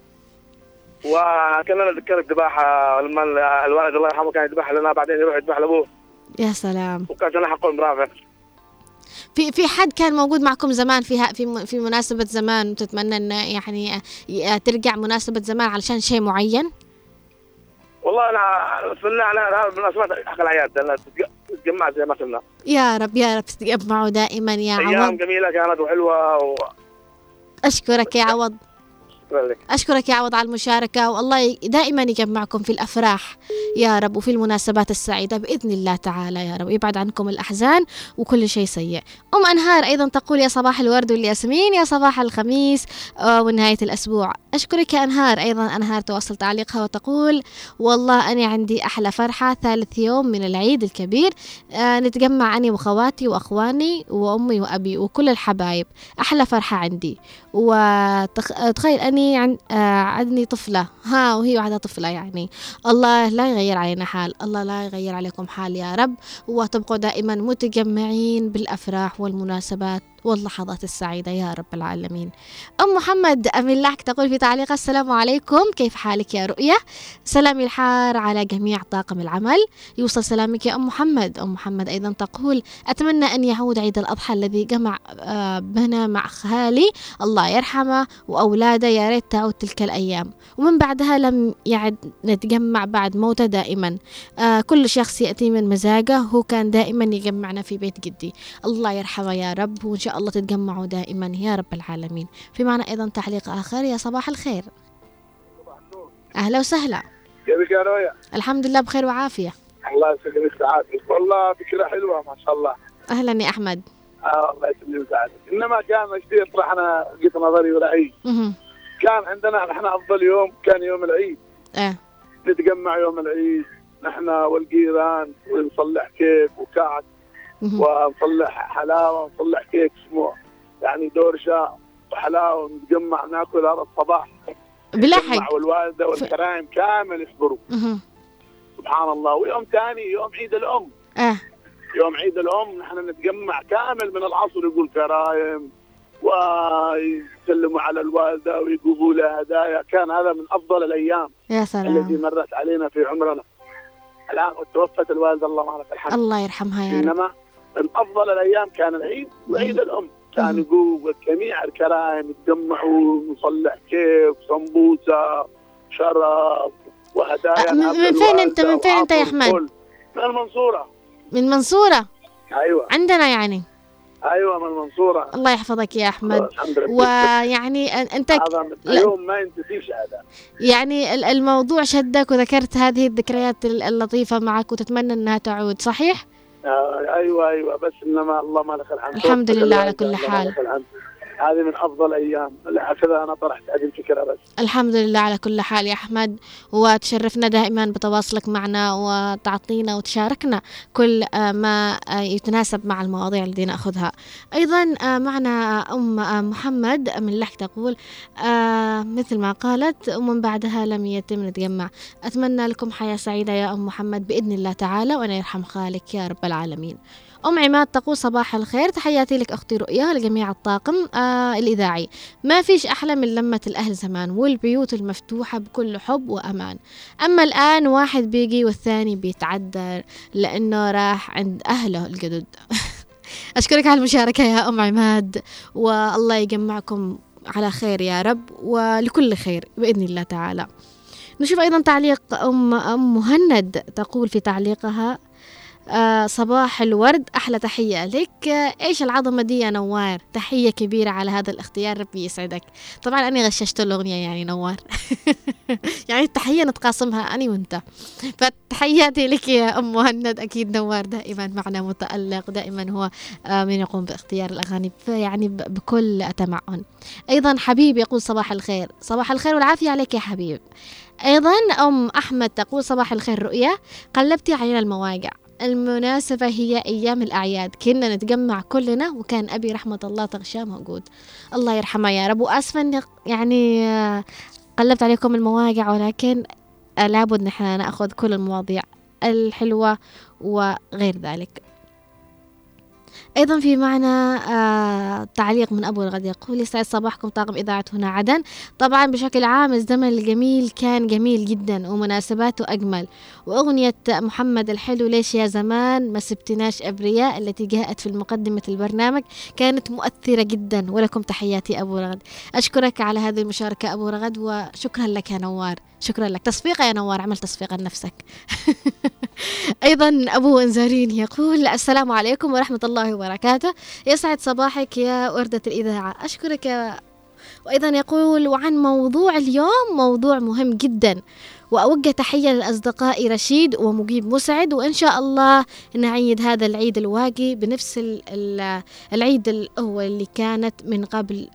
وكنا نتذكر الذباحة لما الوالد الله يرحمه كان يذبح لنا، بعدين يروح يذبح لأبوه. يا سلام. وكان لنا حق المرافق. في حد كان موجود معكم زمان في مناسبة زمان وتتمنى إن يعني ترجع مناسبة زمان علشان شيء معين؟ والله أنا مناسبات حق الأعياد لأنها تتجمع زي ما قلنا. يا رب يا رب تتجمعوا دائما يا عوض. أيام جميلة كانت وحلوة أشكرك يا عوض. أشكرك يا عوض على المشاركة، والله دائما يجمعكم في الأفراح يا رب وفي المناسبات السعيدة بإذن الله تعالى يا رب، يبعد عنكم الأحزان وكل شيء سيء. أنهار أيضا تقول يا صباح الورد والياسمين، يا صباح الخميس ونهاية الأسبوع. أشكرك يا أنهار. أيضا أنهار تواصل تعليقها وتقول والله أنا عندي أحلى فرحة، ثالث يوم من العيد الكبير، نتجمع أنا وخواتي وأخواني وأمي وأبي وكل الحبايب، أحلى فرحة عندي. وتخيل أني عندي طفلة وهي واحدة طفلة، يعني الله لا يغير علينا حال، الله لا يغير عليكم حال يا رب، وتبقوا دائما متجمعين بالأفراح والمناسبات واللحظات السعيدة يا رب العالمين. محمد أمين لحك تقول في تعليق السلام عليكم، كيف حالك يا رؤية؟ سلامي الحار على جميع طاقم العمل. يوصل سلامك يا محمد. محمد أيضا تقول أتمنى أن يعود عيد الأضحى الذي جمع بنا مع خالي الله يرحمه وأولاده، يا ريت تعود تلك الأيام، ومن بعدها لم يعد نتجمع بعد موته دائما. كل شخص يأتي من مزاجه، هو كان دائما يجمعنا في بيت جدي، الله يرحمه يا رب، وإن شاء الله تتجمعوا دائما يا رب العالمين. في معنا أيضا تعليق آخر، يا صباح الخير. أهلا وسهلا. كيفك يا رؤيا؟ الحمد لله بخير وعافية. الله يسلمك سعادتك، والله فكرة حلوة ما شاء الله. أهلا يا أحمد. الله يسلمك سعادتك. إنما كان الشيء يطرحنا قلت نظري ورأيي. كان عندنا نحن أفضل يوم كان يوم العيد. نتجمع يوم العيد نحن والجيران ونصلح كيك وكعك ونصلح حلاوة ونصلح كيك اسمه يعني دورشة وحلاوة، ونتجمع ناكل هذا الصباح بلحق، والوالدة والكرائم كامل يصبروا. سبحان الله. ويوم ثاني يوم عيد الأم. يوم عيد الأم نحن نتجمع كامل من العصر، يقول كرائم ويسلموا على الوالدة ويجيبوا لها هدايا. كان هذا من أفضل الأيام يا سلام التي مرت علينا في عمرنا. الآن توفت الوالدة الله ما لك الحمد، الله يرحمها يا رب. إنما من أفضل الأيام كان العيد وعيد الأم. كان يجوا جميع الكرائم يتجمعوا ونصلح كيك وسمبوسة شراب وهدايا. من فين أنت يا أحمد؟ من المنصورة. من المنصورة؟ أيوة عندنا يعني. أيوة من المنصورة. الله يحفظك يا أحمد. ويعني أنت هذا اليوم ما ينتسيش هذا. يعني الموضوع شدك وذكرت هذه الذكريات اللطيفة معك وتتمنى أنها تعود، صحيح؟ أيوة بس إنما الله ما لك الحمد. الحمد لله على كل حال. هذه من أفضل أيام، هكذا أنا طرحت هذه الفكرة بس. الحمد لله على كل حال يا أحمد، وتشرفنا دائما بتواصلك معنا وتعطينا وتشاركنا كل ما يتناسب مع المواضيع التي نأخذها. أيضا معنا محمد من لحك تقول مثل ما قالت ومن بعدها لم يتم نتجمع. أتمنى لكم حياة سعيدة يا محمد بإذن الله تعالى، وأنا يرحم خالك يا رب العالمين. عماد تقول صباح الخير، تحياتي لك أختي رؤيا لجميع الطاقم الإذاعي. ما فيش أحلى من لمة الأهل زمان والبيوت المفتوحة بكل حب وأمان. أما الآن واحد بيجي والثاني بيتعدى لأنه راح عند أهله الجدد. أشكرك على المشاركة يا عماد، والله يجمعكم على خير يا رب ولكل خير بإذن الله تعالى. نشوف أيضا تعليق أم مهند تقول في تعليقها صباح الورد، أحلى تحية لك. إيش العظمة دي يا نوار، تحية كبيرة على هذا الاختيار، ربي يسعدك. طبعا أنا غششت الأغنية يعني نوار يعني التحية نتقاسمها أنا وأنت، فتحياتي لك يا أم مهند. أكيد نوار دائما معنا متألق، دائما هو من يقوم باختيار الأغاني يعني بكل تمعن. أيضا حبيب يقول صباح الخير، صباح الخير والعافية عليك يا حبيب. أيضا أم أحمد تقول صباح الخير رؤية، قلبتي علينا المواقع، المناسبة هي أيام الأعياد، كنا نتجمع كلنا وكان أبي رحمة الله تغشاه موجود، الله يرحمه يا رب. وأسفا يعني قلبت عليكم المواقع، ولكن لابد نحن نأخذ كل المواضيع الحلوة وغير ذلك. أيضا في معنا تعليق من أبو الغد يقول يسعد صباحكم طاقم إذاعة هنا عدن. طبعا بشكل عام الزمن الجميل كان جميل جدا ومناسباته أجمل، وأغنية محمد الحلو ليش يا زمان ما سبتناش أبرياء التي جاءت في مقدمة البرنامج كانت مؤثرة جدا، ولكم تحياتي أبو رغد. أشكرك على هذه المشاركة أبو رغد، وشكرا لك يا نوار، شكرا لك. تصفيقة يا نوار، عمل تصفيقة لنفسك أيضا أبو إنزارين يقول السلام عليكم ورحمة الله وبركاته، يسعد صباحك يا وردة الإذاعة. أشكرك. وأيضا يقول وعن موضوع اليوم موضوع مهم جدا، وأوجه تحية للأصدقاء رشيد ومجيب مسعد، وإن شاء الله نعيد هذا العيد الواقي بنفس العيد الأول اللي كانت من قبل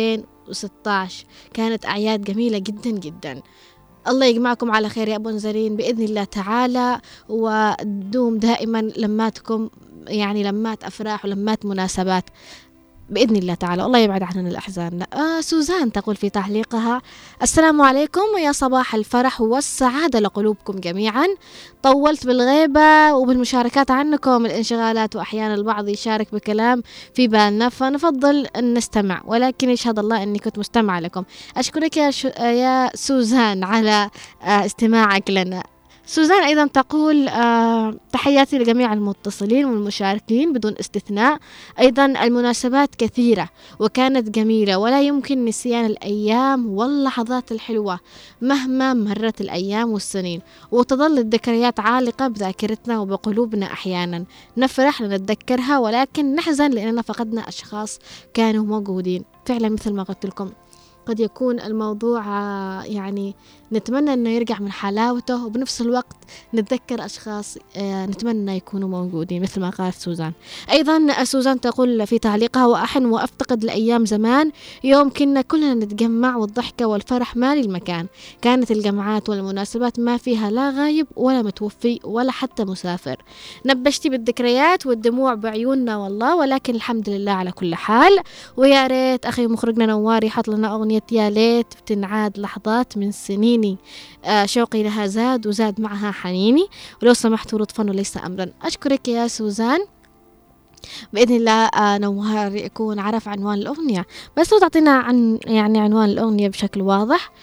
2016، كانت أعياد جميلة جدا جدا. الله يجمعكم على خير يا أبو نزرين بإذن الله تعالى، ودوم دائما لماتكم يعني لمات أفراح ولمات مناسبات بإذن الله تعالى، الله يبعد عننا الأحزان. سوزان تقول في تعليقها السلام عليكم ويا صباح الفرح والسعادة لقلوبكم جميعا. طولت بالغيبة وبالمشاركات عنكم الانشغالات، وأحيانا البعض يشارك بكلام في بالنا فنفضل أن نستمع، ولكن يشهد الله أني كنت مستمع لكم. أشكرك يا سوزان على استماعك لنا. سوزان أيضا تقول تحياتي لجميع المتصلين والمشاركين بدون استثناء. أيضا المناسبات كثيرة وكانت جميلة، ولا يمكن نسيان الأيام واللحظات الحلوة مهما مرت الأيام والسنين، وتظل الذكريات عالقة بذاكرتنا وبقلوبنا. أحيانا نفرح لنتذكرها، ولكن نحزن لأننا فقدنا أشخاص كانوا موجودين. فعلا مثل ما قلت لكم قد يكون الموضوع يعني نتمنى أنه يرجع من حلاوته، وبنفس الوقت نتذكر أشخاص نتمنى يكونوا موجودين مثل ما قالت سوزان. أيضا سوزان تقول في تعليقها وأحن وأفتقد لأيام زمان، يوم كنا كلنا نتجمع والضحكة والفرح مالي المكان، كانت الجمعات والمناسبات ما فيها لا غايب ولا متوفي ولا حتى مسافر. نبشتي بالذكريات والدموع بعيوننا والله، ولكن الحمد لله على كل حال. ويا ريت أخي مخرجنا نوار يحط لنا أغنية يا ليت تنعاد لحظات من سنيني، شوقي لها زاد وزاد معها حنيني، ولو سمحتوا لطفا وليس أمرا. أشكرك يا سوزان، بإذن الله نوار يكون عرف عنوان الأغنية، بس لو تعطينا عن يعني عنوان الأغنية بشكل واضح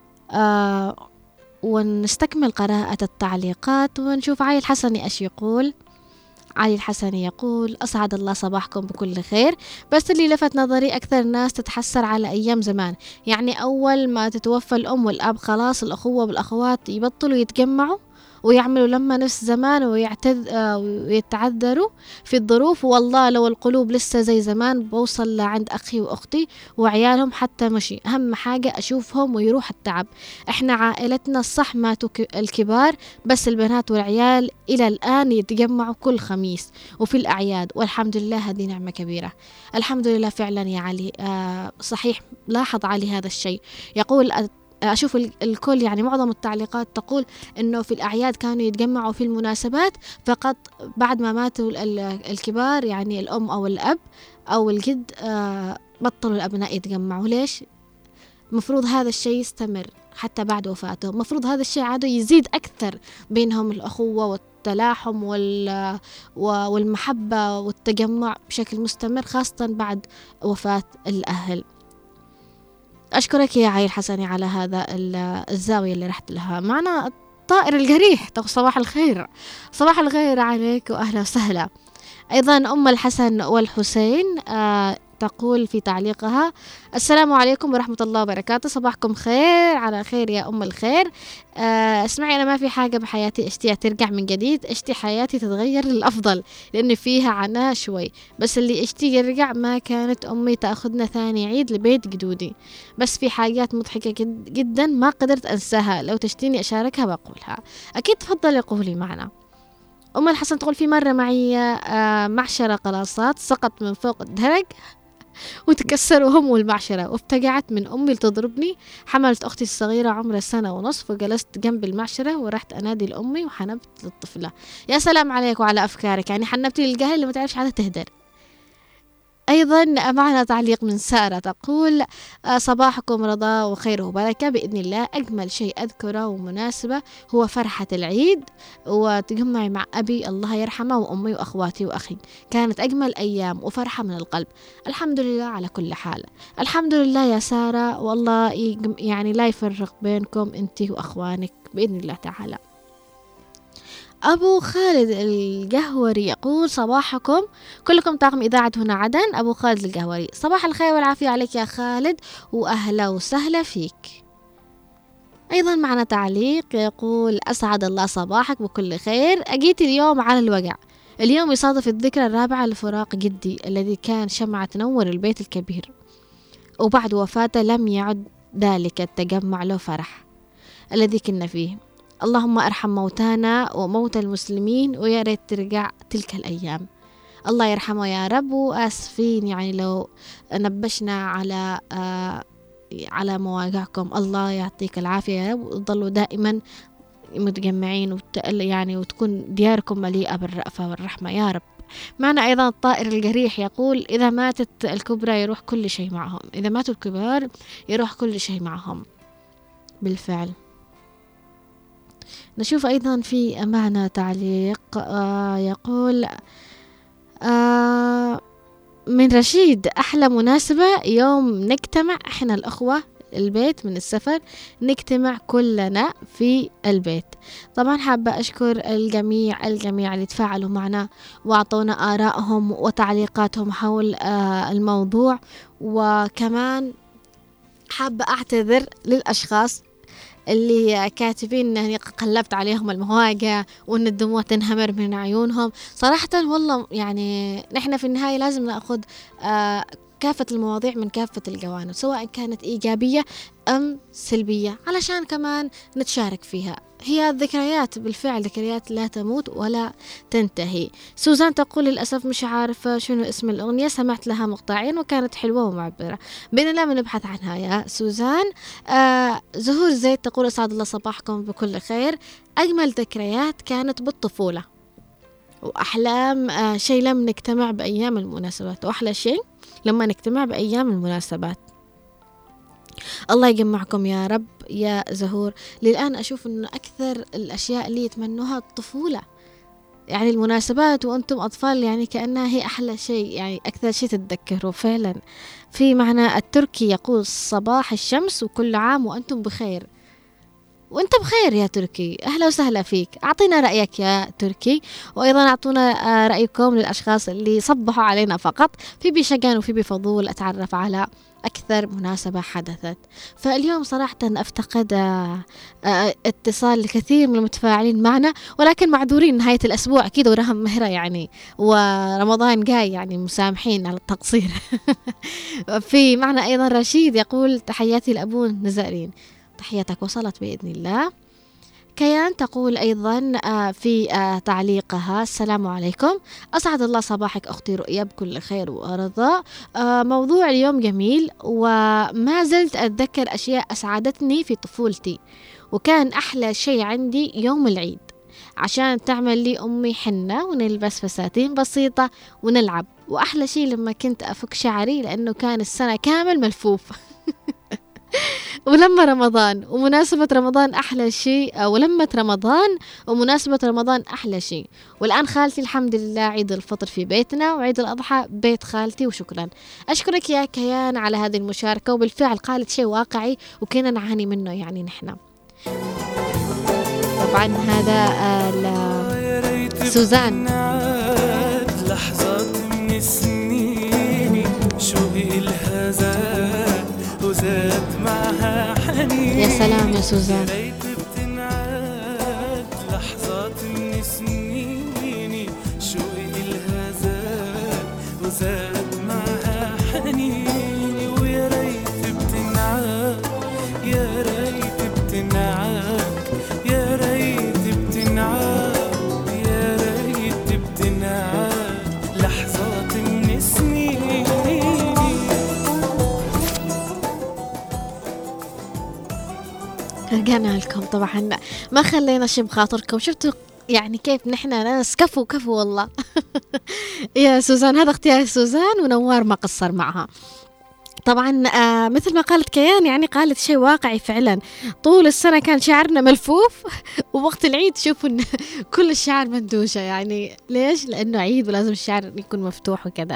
ونستكمل قراءة التعليقات ونشوف علي الحسني إيش يقول. علي الحسني يقول أسعد الله صباحكم بكل خير، بس اللي لفت نظري أكثر ناس تتحسر على أيام زمان، يعني أول ما تتوفى الأم والأب خلاص الأخوة والأخوات يبطلوا يتجمعوا ويعملوا لما نفس زمان ويتعذروا في الظروف. والله لو القلوب لسه زي زمان بوصل لعند أخي وأختي وعيالهم حتى مشي، أهم حاجة أشوفهم ويروح التعب. إحنا عائلتنا الصح ماتوا الكبار، بس البنات والعيال إلى الآن يتجمعوا كل خميس وفي الأعياد، والحمد لله هذه نعمة كبيرة. الحمد لله فعلا يا علي. صحيح لاحظ علي هذا الشيء، يقول أشوف الكل يعني معظم التعليقات تقول إنه في الأعياد كانوا يتجمعوا في المناسبات فقط، بعد ما ماتوا الكبار يعني الأم أو الأب أو الجد بطلوا الأبناء يتجمعوا. ليش؟ مفروض هذا الشيء يستمر حتى بعد وفاتهم، مفروض هذا الشيء عاده يزيد أكثر بينهم الأخوة والتلاحم والمحبة والتجمع بشكل مستمر، خاصة بعد وفاة الأهل. أشكرك يا عايل حسني على هذا الزاوية اللي رحت لها. معنا طائر الجريح، صباح الخير، صباح الخير عليك وأهلا وسهلا. أيضا أم الحسن والحسين تقول في تعليقها: السلام عليكم ورحمة الله وبركاته، صباحكم خير على خير يا أم الخير. اسمعي، أنا ما في حاجة بحياتي اشتيها ترجع من جديد، اشتي حياتي تتغير للأفضل لأن فيها عناء شوي، بس اللي اشتي يرجع. ما كانت أمي تأخذنا ثاني عيد لبيت جدودي، بس في حاجات مضحكة جدا ما قدرت أنساها، لو تشتيني أشاركها بقولها. أكيد تفضلي قولي معنا. أم الحسن تقول: في مرة معي معشرة قلاصات سقط من فوق الدرج وتكسروا هم والمعشرة، وابتجعت من أمي لتضربني. حملت أختي الصغيرة عمرها 1.5 سنة وجلست جنب المعشرة ورحت أنادي لأمي وحنبت للطفلة. يا سلام عليك وعلى أفكارك، يعني حنبتي للجاهل اللي ما تعرفش حاجة تهدر. أيضا معنا تعليق من سارة تقول: صباحكم رضا وخير وبركة بإذن الله. أجمل شيء أذكره ومناسبة هو فرحة العيد وتجمعي مع أبي الله يرحمه وأمي وأخواتي وأخي، كانت أجمل أيام وفرحة من القلب. الحمد لله على كل حال. الحمد لله يا سارة، والله يعني لا يفرق بينكم أنت وأخوانك بإذن الله تعالى. أبو خالد القهوري يقول: صباحكم كلكم طاقم إذاعة هنا عدن. أبو خالد القهوري: صباح الخير والعافية عليك يا خالد، وأهلا وسهلا فيك. أيضا معنا تعليق يقول: أسعد الله صباحك بكل خير، أجيت اليوم على الوقع. اليوم يصادف الذكرى 4 لفراق جدي الذي كان شمعة تنور البيت الكبير، وبعد وفاته لم يعد ذلك التجمع له فرح الذي كنا فيه. اللهم ارحم موتانا وموتى المسلمين، ويا ريت ترجع تلك الأيام. الله يرحمه يا رب. وآسفين يعني لو نبشنا على مواقعكم. الله يعطيك العافية يا رب، وتضلوا دائما متجمعين يعني وتكون دياركم مليئة بالرأفة والرحمة يا رب. معنا أيضا الطائر الجريح يقول: إذا ماتت الكبرى يروح كل شيء معهم، إذا ماتوا الكبار يروح كل شيء معهم. بالفعل. نشوف أيضا في معنا تعليق يقول من رشيد: أحلى مناسبة يوم نجتمع إحنا الأخوة البيت من السفر، نجتمع كلنا في البيت. طبعا حابة أشكر الجميع اللي تفاعلوا معنا وأعطونا آرائهم وتعليقاتهم حول الموضوع. وكمان حابة أعتذر للأشخاص اللي كاتبين إني قلبت عليهم المواقع وإن الدموع تنهمر من عيونهم. صراحة والله يعني نحن في النهاية لازم نأخذ كافة المواضيع من كافة الجوانب، سواء كانت إيجابية أم سلبية، علشان كمان نتشارك فيها. هي الذكريات بالفعل ذكريات لا تموت ولا تنتهي. سوزان تقول: للأسف مش عارفة شنو اسم الأغنية، سمعت لها مقطعين وكانت حلوة ومعبرة. بإذن الله بنبحث عنها يا سوزان. زهور زيد تقول: أسعد الله صباحكم بكل خير. أجمل ذكريات كانت بالطفولة، وأحلام شيء لم نجتمع بأيام المناسبات، وأحلى شيء لما نجتمع بأيام المناسبات. الله يجمعكم يا رب يا زهور. للآن أشوف أنه أكثر الأشياء اللي يتمنوها الطفولة، يعني المناسبات وأنتم أطفال، يعني كأنها هي أحلى شيء، يعني أكثر شيء تتذكروا فعلا. في معنى التركي يقول: صباح الشمس وكل عام وأنتم بخير. وانت بخير يا تركي، أهلا وسهلا فيك. أعطينا رأيك يا تركي، وأيضا أعطونا رأيكم للأشخاص اللي صبحوا علينا فقط. في بشجان وفي بفضول أتعرف على أكثر مناسبة حدثت. فاليوم صراحة أفتقد اتصال الكثير من المتفاعلين معنا، ولكن معذورين، نهاية الأسبوع أكيد وراهم مهرة يعني، ورمضان جاي يعني مسامحين على التقصير. في معنا أيضا رشيد يقول: تحياتي لأبون نزارين. تحياتك وصلت بإذن الله. كيان تقول أيضا في تعليقها: السلام عليكم، أسعد الله صباحك أختي رؤيا بكل خير ورضا. موضوع اليوم جميل، وما زلت أتذكر أشياء أسعدتني في طفولتي، وكان أحلى شيء عندي يوم العيد عشان تعمل لي أمي حنة ونلبس فساتين بسيطة ونلعب. وأحلى شيء لما كنت أفك شعري لأنه كان السنة كامل ملفوف. ولما رمضان ومناسبة رمضان أحلى شيء، ولمة رمضان ومناسبة رمضان أحلى شيء. والآن خالتي الحمد لله عيد الفطر في بيتنا، وعيد الأضحى بيت خالتي. وشكرا، أشكرك يا كيان على هذه المشاركة. وبالفعل قالت شيء واقعي وكنا نعاني منه يعني نحن. طبعا هذا سوزان. لحظات من السنين شو وزاد معها حنين. يا سلام يا سوزان. يا ريت بتنعاد لحظات من سنيني، شوقي إلها زاد وزاد معها حنيني. ويا ريت بتنعاد، يا ريت بتنعاد، يا ريت بتنعاد، يا ريت بتنعاد لحظات من سنيني. رجعنا لكم طبعا، ما خلينا شي بخاطركم. شفتوا يعني كيف نحن ناس كفو والله. يا سوزان، هذا اختيار سوزان، ونوار ما قصر معها طبعا. مثل ما قالت كيان، يعني قالت شيء واقعي فعلا. طول السنة كان شعرنا ملفوف، ووقت العيد شوفوا إن كل الشعر مندوشة. يعني ليش؟ لأنه عيد ولازم الشعر يكون مفتوح وكذا.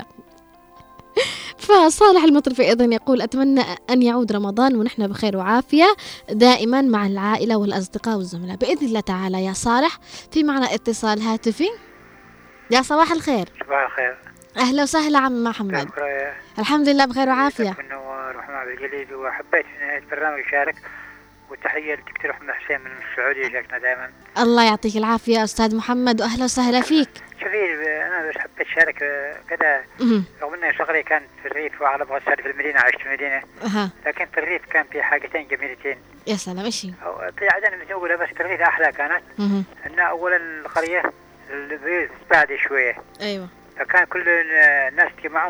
فصالح المطرفي أيضا يقول: أتمنى أن يعود رمضان ونحن بخير وعافية دائما مع العائلة والأصدقاء والزملاء بإذن الله تعالى. يا صالح، في معنا اتصال هاتفي. يا صباح الخير. صباح الخير. أهلا وسهلا عم محمد. الحمد لله بخير وعافية. نوار وحمد عبد الجليل، وحبيت في نهاية البرنامج أشارك، وتحية للدكتور محمد حسين من السعودية، شاركنا دائما. الله يعطيك العافية أستاذ محمد، وأهلا وسهلا فيك. شوفي، أنا بس حبيت أشارك كذا، رغم أن شغلي كانت في الريف وأغلب أشتغل في المدينة، عشت في المدينة، لكن في الريف كان في حاجتين جميلتين. يا سلام، إيش هي؟ عادة بنقولها، بس في الريف أحلى كانت. أن أولا القرية البيوت بعد شوية. أيوة. فكان كل الناس تجمعوا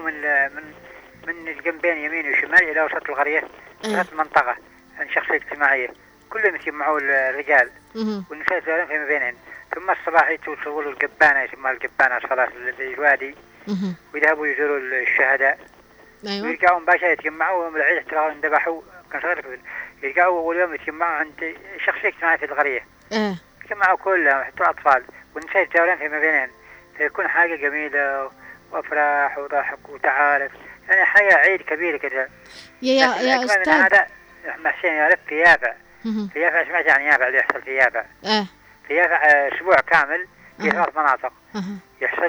من الجنبين يمين وشمال إلى وسط القرية. كانت منطقة عن شخصية اجتماعية، كلهم يتجمعوا الرجال والنساء يتزاورون فيما بينهم. ثم الصباح يتوصلوا القبانة، يسمى القبانة صلاة الوادي، ويذهبوا يزوروا الشهداء. أيوة. ويرجعوا مباشرة يتجمعوا يوم العيد، احتفال ذبحوا، كان صغير. يرجعوا أول يوم يتجمعوا عند شخصية اجتماعية في القرية. يتجمعوا كلهم حتى الأطفال والنساء يتزاورون فيما بينهم. فيكون حاجة جميلة وأفراح وضحك وتعارف، يعني حاجة عيد كبير كده. يا أستاذ هذا حسين يعرف في يافع. في يافع سمعت عن يافع اللي يحصل في يافع. في يافع أسبوع كامل في 3 مناطق. يحصل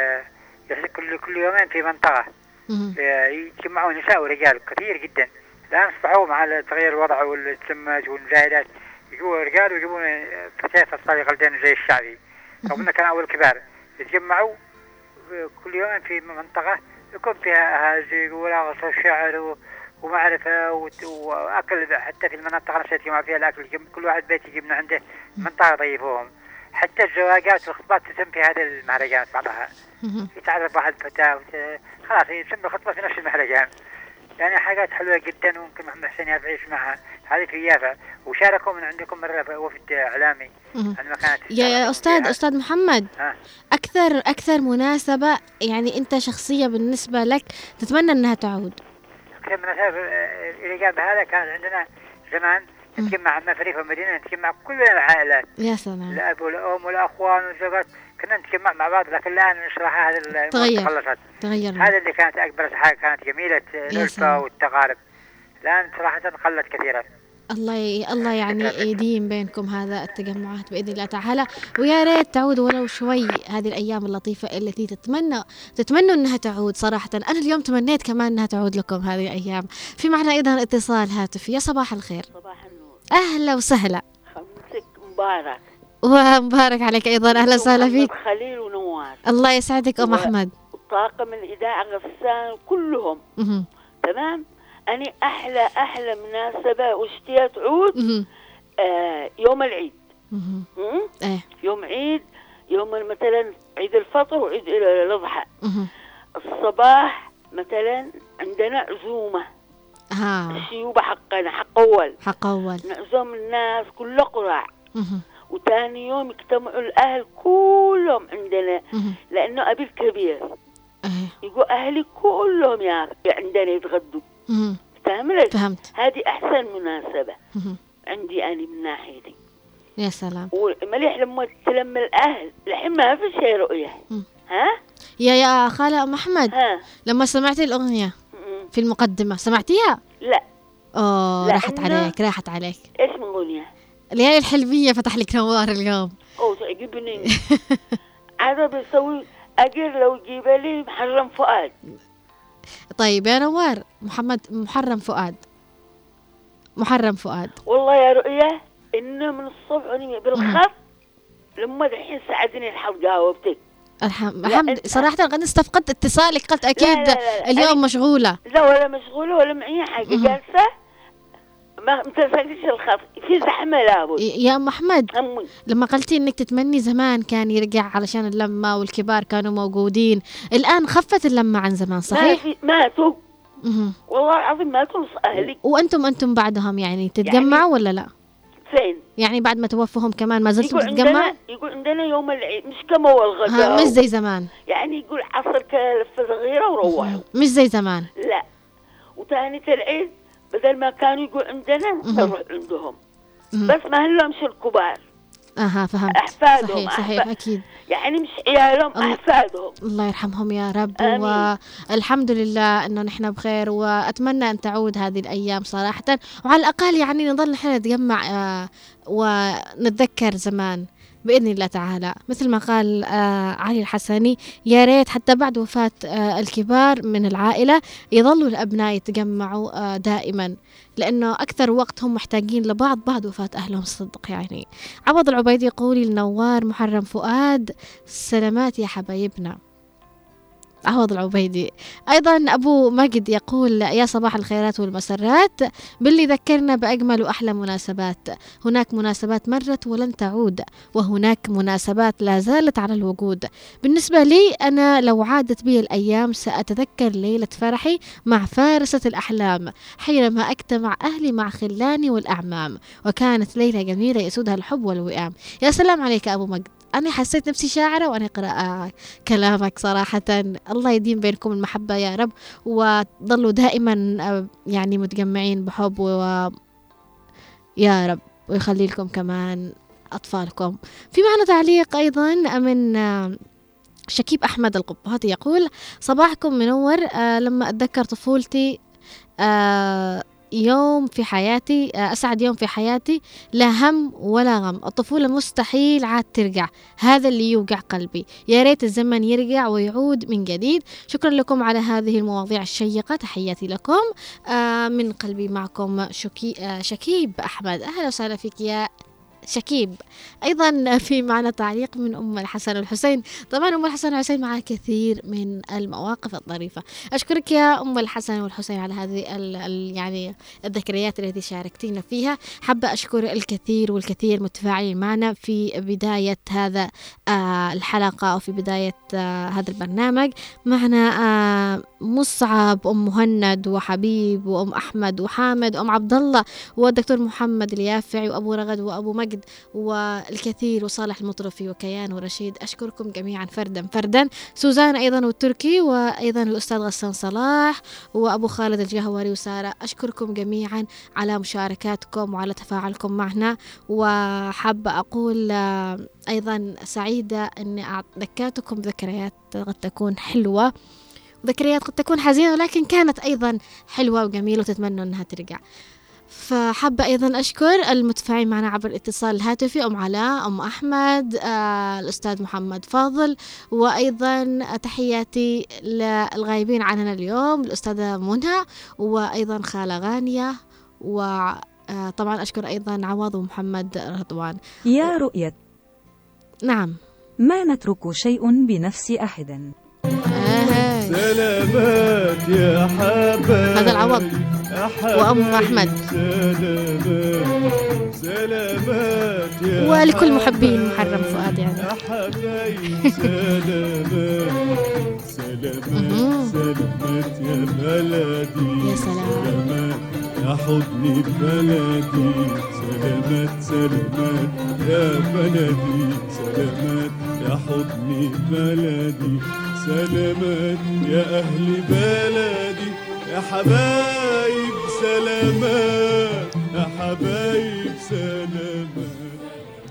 كل يومين في منطقة. يجمعوا نساء ورجال كثير جدا. الآن أصبحوا مع تغيير الوضع والتسمج والمزايدات، يجوا رجال ويجيبون فتيات أطفال يقلدون زي الشعبي. رغم أنه كان أول كبار يتجمعوا كل يوم في منطقة يكون فيها هازج ورقص وشعر ومعرفة وأكل. حتى في المنطقة نفسها يتجمع فيها الأكل، كل واحد بيت يجيب من عنده منطقة يضيفوهم. حتى الزواجات والخطبات تتم في هذه المهرجانات بعضها. يتعرف واحد فتاة خلاص يتم الخطبة في نفس المهرجان. يعني حاجات حلوة جدا، وممكن محمد حسين يعيش معها. هذه في يافا، وشاركوا من عندكم مرة وفد إعلامي عن مكانة. يا أستاذ محمد، أكثر مناسبة يعني أنت شخصية بالنسبة لك تتمنى أنها تعود؟ أكثر مناسبة اللي جاب هذا كان عندنا زمان نتجمع مع فريق المدينة، نتجمع كل العائلات. يا سلام. الأب والأم والأخوان والزوجات، كنا نتجمع مع بعض. لكن الآن صراحة هذا تغير. هذا اللي كانت أكبر حاجة، كانت جميلة الألفة والتقارب. الآن صراحة قلت كثيرا. الله يعني يديم بينكم هذا التجمعات بإذن الله تعالى، ويا ريت تعود ولو شوي هذه الأيام اللطيفة التي تتمنوا أنها تعود. صراحة أنا اليوم تمنيت كمان أنها تعود لكم هذه الأيام. في معنا أيضا اتصال هاتفي. يا صباح الخير. صباح النور. أهلا وسهلا. خمسك مبارك. ومبارك عليك أيضا. أهلا وسهلا فيك. خليل ونوار. الله يسعدك أم أحمد. طاقم الإذاعة غسان كلهم. تمام. أنا أحلى مناسبة واشتيا تعود يوم العيد. يوم عيد، يوم مثلا عيد الفطر وعيد الأضحى. الصباح مثلا عندنا عزومة. الشيوبة حقنا حق أول نعزوم الناس كل قراع. وتاني يوم يجتمعوا الأهل كلهم عندنا، لأنه أبي الكبير يقول أهلي كلهم عندنا يتغدوا. فهمت. هذه أحسن مناسبة عندي أنا من ناحيتي. يا سلام. ومليح لما تلم الأهل، الحين ما في شيء رؤية. يا خالة أم أحمد، لما سمعتي الأغنية في المقدمة سمعتيها؟ لا. راحت عليك. إيش من أغنية؟ اللي الحلمية فتح لك نوار اليوم. تعجبني. عاد بسوي أجر لو جيب لي محرم فؤاد. طيب يا نوار، محرم فؤاد محرم فؤاد. والله يا رؤية إنه من الصبح ونمي بالخط لما الحين ساعدني الحلقة جاوبتك. الحمد صراحة قد استفقدت اتصالك، قلت أكيد لا اليوم مشغولة. لا ولا مشغولة ولا معي حاجة، جالسة ما متسجلش الخط في زحمة لابد. يا أم أحمد لما قلتي إنك تتمني زمان كان يرجع علشان اللمة والكبار كانوا موجودين، الآن خفت اللمة عن زمان صحيح؟ ماتوا والله العظيم ماتوا نص أهلي. وأنتم بعدهم يعني تتجمعوا يعني ولا لا؟ فين؟ يعني بعد ما توفوهم كمان ما زلتم تتجمعوا؟ يقول عندنا يوم العيد مش كما هو الغداء. مش زي زمان. يعني يقول عصر كلفة صغيرة وروحوا. مش زي زمان. لا. وثانية العيد بدل ما كانوا يقول عندنا نروح عندهم. بس ما هلهمش الكبار. فهمت. أحفادهم. صحيح أكيد. يعني مش عيالهم أحفادهم. الله يرحمهم يا رب. والحمد لله إنه نحن بخير، وأتمنى أن تعود هذه الأيام صراحة، وعلى الأقل يعني نظل نحن نتجمع ونتذكر زمان بإذن الله تعالى. مثل ما قال علي الحسني، يا ريت حتى بعد وفاة الكبار من العائلة يظلوا الأبناء يتجمعوا دائما، لأنه أكثر وقت هم محتاجين لبعض بعد وفاة أهلهم صدق. يعني عوض العبيدي يقول النوار محرم فؤاد سلامات يا حبايبنا. عوض العبيدي. أيضا أبو مجد يقول يا صباح الخيرات والمسرات، باللي ذكرنا بأجمل وأحلى مناسبات. هناك مناسبات مرت ولن تعود، وهناك مناسبات لا زالت على الوجود. بالنسبة لي أنا لو عادت بي الأيام سأتذكر ليلة فرحي مع فارسة الأحلام حينما أجتمع أهلي مع خلاني والأعمام، وكانت ليلة جميلة يسودها الحب والوئام. يا سلام عليك أبو مجد، أنا حسيت نفسي شاعرة وأنا أقرأ كلامك صراحة. الله يديم بينكم المحبة يا رب، وظلوا دائما يعني متجمعين بحب يا رب، ويخلي لكم كمان أطفالكم. في معنا تعليق أيضا من شكيب أحمد القباطي يقول صباحكم منور. لما أتذكر طفولتي يوم في حياتي، أسعد يوم في حياتي، لا هم ولا غم. الطفولة مستحيل عاد ترجع، هذا اللي يوقع قلبي. يا ريت الزمن يرجع ويعود من جديد. شكرا لكم على هذه المواضيع الشيقة، تحياتي لكم من قلبي. معكم شكيب أحمد. أهلا وسهلا فيك يا شكيب. أيضا في معنا تعليق من أم الحسن والحسين. طبعا أم الحسن والحسين معها كثير من المواقف الظريفة. أشكرك يا أم الحسن والحسين على هذه يعني الذكريات التي شاركتينا فيها. حابة أشكر الكثير والكثير متفاعلين معنا في بداية هذا الحلقة أو في بداية هذا البرنامج. معنا مصعب، أم مهند، وحبيب، وأم أحمد، وحامد، وأم عبد الله، والدكتور محمد اليافعي، وأبو رغد، وأبو مجد، والكثير، وصالح المطرفي، وكيان، ورشيد. أشكركم جميعا فردا فردا. سوزان أيضا والتركي، وأيضا الأستاذ غسان صلاح، وأبو خالد الجهوري، وسارة. أشكركم جميعا على مشاركاتكم وعلى تفاعلكم معنا. وحابة أقول أيضا سعيدة أني ذكرتكم بذكريات قد تكون حلوة، وذكريات قد تكون حزينة، ولكن كانت أيضا حلوة وجميلة وتتمنى أنها ترجع. فحابة أيضا أشكر المتفاعلين معنا عبر الاتصال الهاتفي، أم علاء، أم أحمد، الأستاذ محمد فاضل، وأيضا تحياتي للغايبين عننا اليوم الأستاذة منى، وأيضا خالة غانية، وطبعا أشكر أيضا عوض ومحمد رضوان. يا رؤية. نعم. ما نترك شيء بنفس أحد. سلامات يا حبايب. هذا العوض وأم أحمد. سلامات يا ولكل محبين محرم فؤاد يعني. يا حبايب سلامات سلامات يا بلدي. يا سلام يا حضني بلدي. سلامات سلامات يا بلدي. سلامات يا حضني بلدي. سلامات يا أهل بلدي. يا حبايب سلامات. يا حبايب سلامات.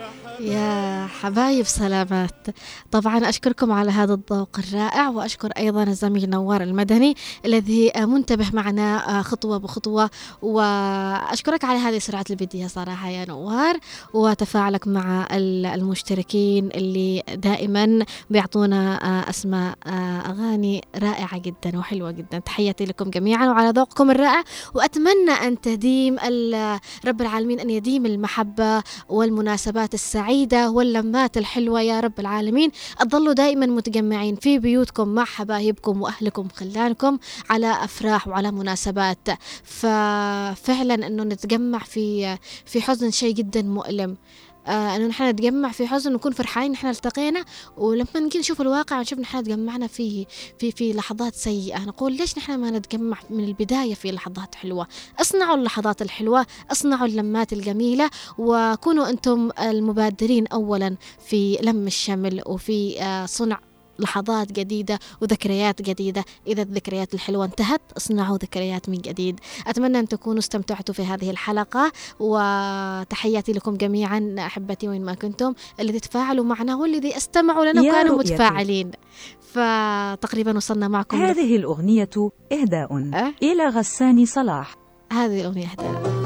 يا حبايب سلامات. طبعا أشكركم على هذا الذوق الرائع، وأشكر أيضا الزميل نوار المدني الذي منتبه معنا خطوة بخطوة، وأشكرك على هذه سرعة البديهة صراحة يا نوار، وتفاعلك مع المشتركين اللي دائما بيعطونا أسماء أغاني رائعة جدا وحلوة جدا. تحياتي لكم جميعا وعلى ذوقكم الرائع، وأتمنى أن تديم رب العالمين أن يديم المحبة والمناسبات السعيدة واللمات الحلوة يا رب العالمين. تظلوا دائما متجمعين في بيوتكم مع حبايبكم وأهلكم خلانكم على أفراح وعلى مناسبات. ففعلا أنه نتجمع في حزن شيء جدا مؤلم، أنه نحن نتجمع في حزن ونكون فرحانين نحن التقينا، ولما نجي نشوف الواقع ونشوف نحن تجمعنا في لحظات سيئة نقول ليش نحن ما نتجمع من البداية في لحظات حلوة. اصنعوا اللحظات الحلوة، اصنعوا اللمات الجميلة، وكونوا أنتم المبادرين أولا في لم الشمل وفي صنع لحظات جديدة وذكريات جديدة. إذا الذكريات الحلوة انتهت اصنعوا ذكريات من جديد. أتمنى أن تكونوا استمتعتوا في هذه الحلقة، وتحياتي لكم جميعا أحبتي وين ما كنتم، الذي تفاعلوا معنا والذي استمعوا لنا وكانوا متفاعلين. فتقريبا وصلنا معكم هذه الأغنية إهداء إلى غسان صلاح. هذه الأغنية إهداء.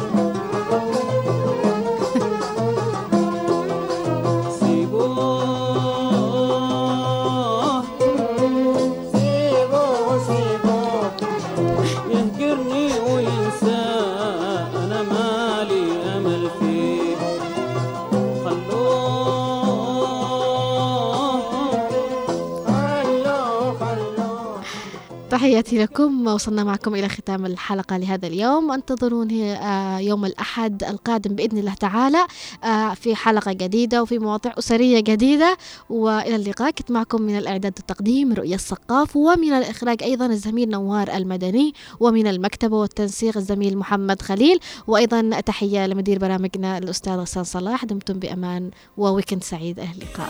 تحياتي لكم، وصلنا معكم إلى ختام الحلقة لهذا اليوم. انتظروني يوم الأحد القادم بإذن الله تعالى في حلقة جديدة وفي مواضيع أسرية جديدة. وإلى اللقاء. كنت معكم من الإعداد والتقديم رؤية السقاف، ومن الإخراج أيضا الزميل نوار المدني، ومن المكتبة والتنسيق الزميل محمد خليل، وأيضا تحية لمدير برامجنا الأستاذ غسان صلاح. دمتم بأمان وويكند سعيد. إلى اللقاء.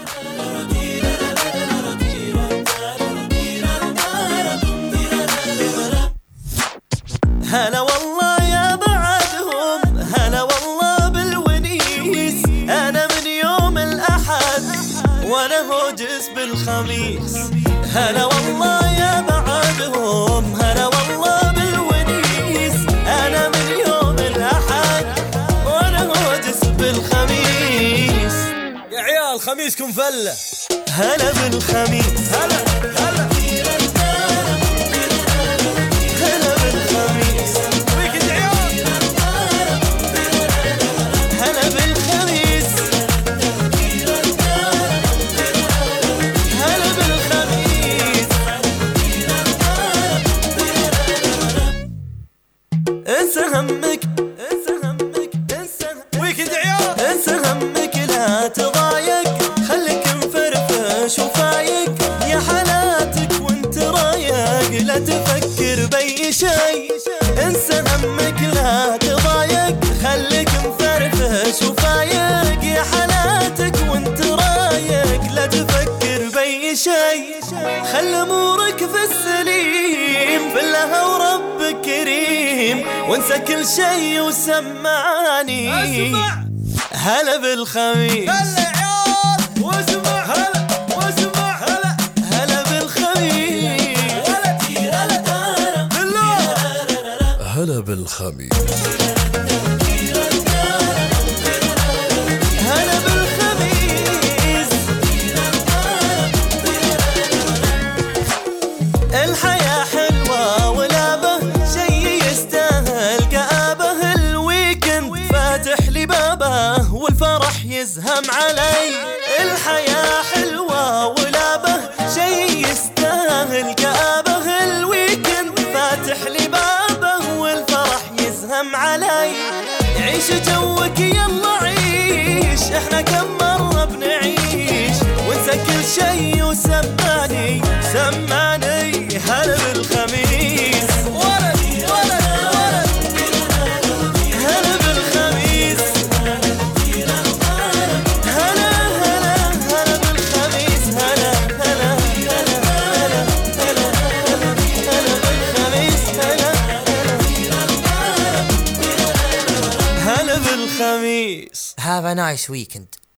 هلا والله يا بعدهم، هلا والله بالونيس، أنا من يوم الأحد وأنا هوجس بالخميس. هلا والله يا بعدهم، هلا والله بالونيس، أنا من يوم الأحد وأنا هوجس بالخميس. يا عيال خميسكم فلة. هلا بالخميس، هلا هلا انسى همك، انسى همك، انسى ويكند عيال، انسى همك لا تضايق، خليك مفرفش وفايق يا حالاتك وانت رايق، لا تفكر بأي شيء. انسى همك لا تضايق، خليك مفرفش وفايق يا حالاتك وانت رايق، لا تفكر بأي شيء. خلي امورك في السليم، في الله ورب كريم، وانسى كل شيء وسمعني. اسمع هلا بالخميس، هلا عيال واسمع هلا، واسمع هلا هلا بالخميس، هلا بالخميس، هلا بالخميس. الحياة حلوة ولعبة، شي يستاهل كآبه، الويكند فاتح لي بابه والفرح يزهم علي. الحياة حلوة ولعبة، شي يستاهل كآبه، الويكند فاتح لي بابه والفرح يزهم علي. عيش جوك يلا عيش، احنا كم مرة بنعيش، وانسى كل شي وسمعني سمعني. هلا بالخميس، ولد ولد ولد، هلا بالخميس، هلا هلا هلا بالخميس، هلا هلا هلا هلا هلا هلا بالخميس، هلا هلا بالخميس. Have a nice weekend.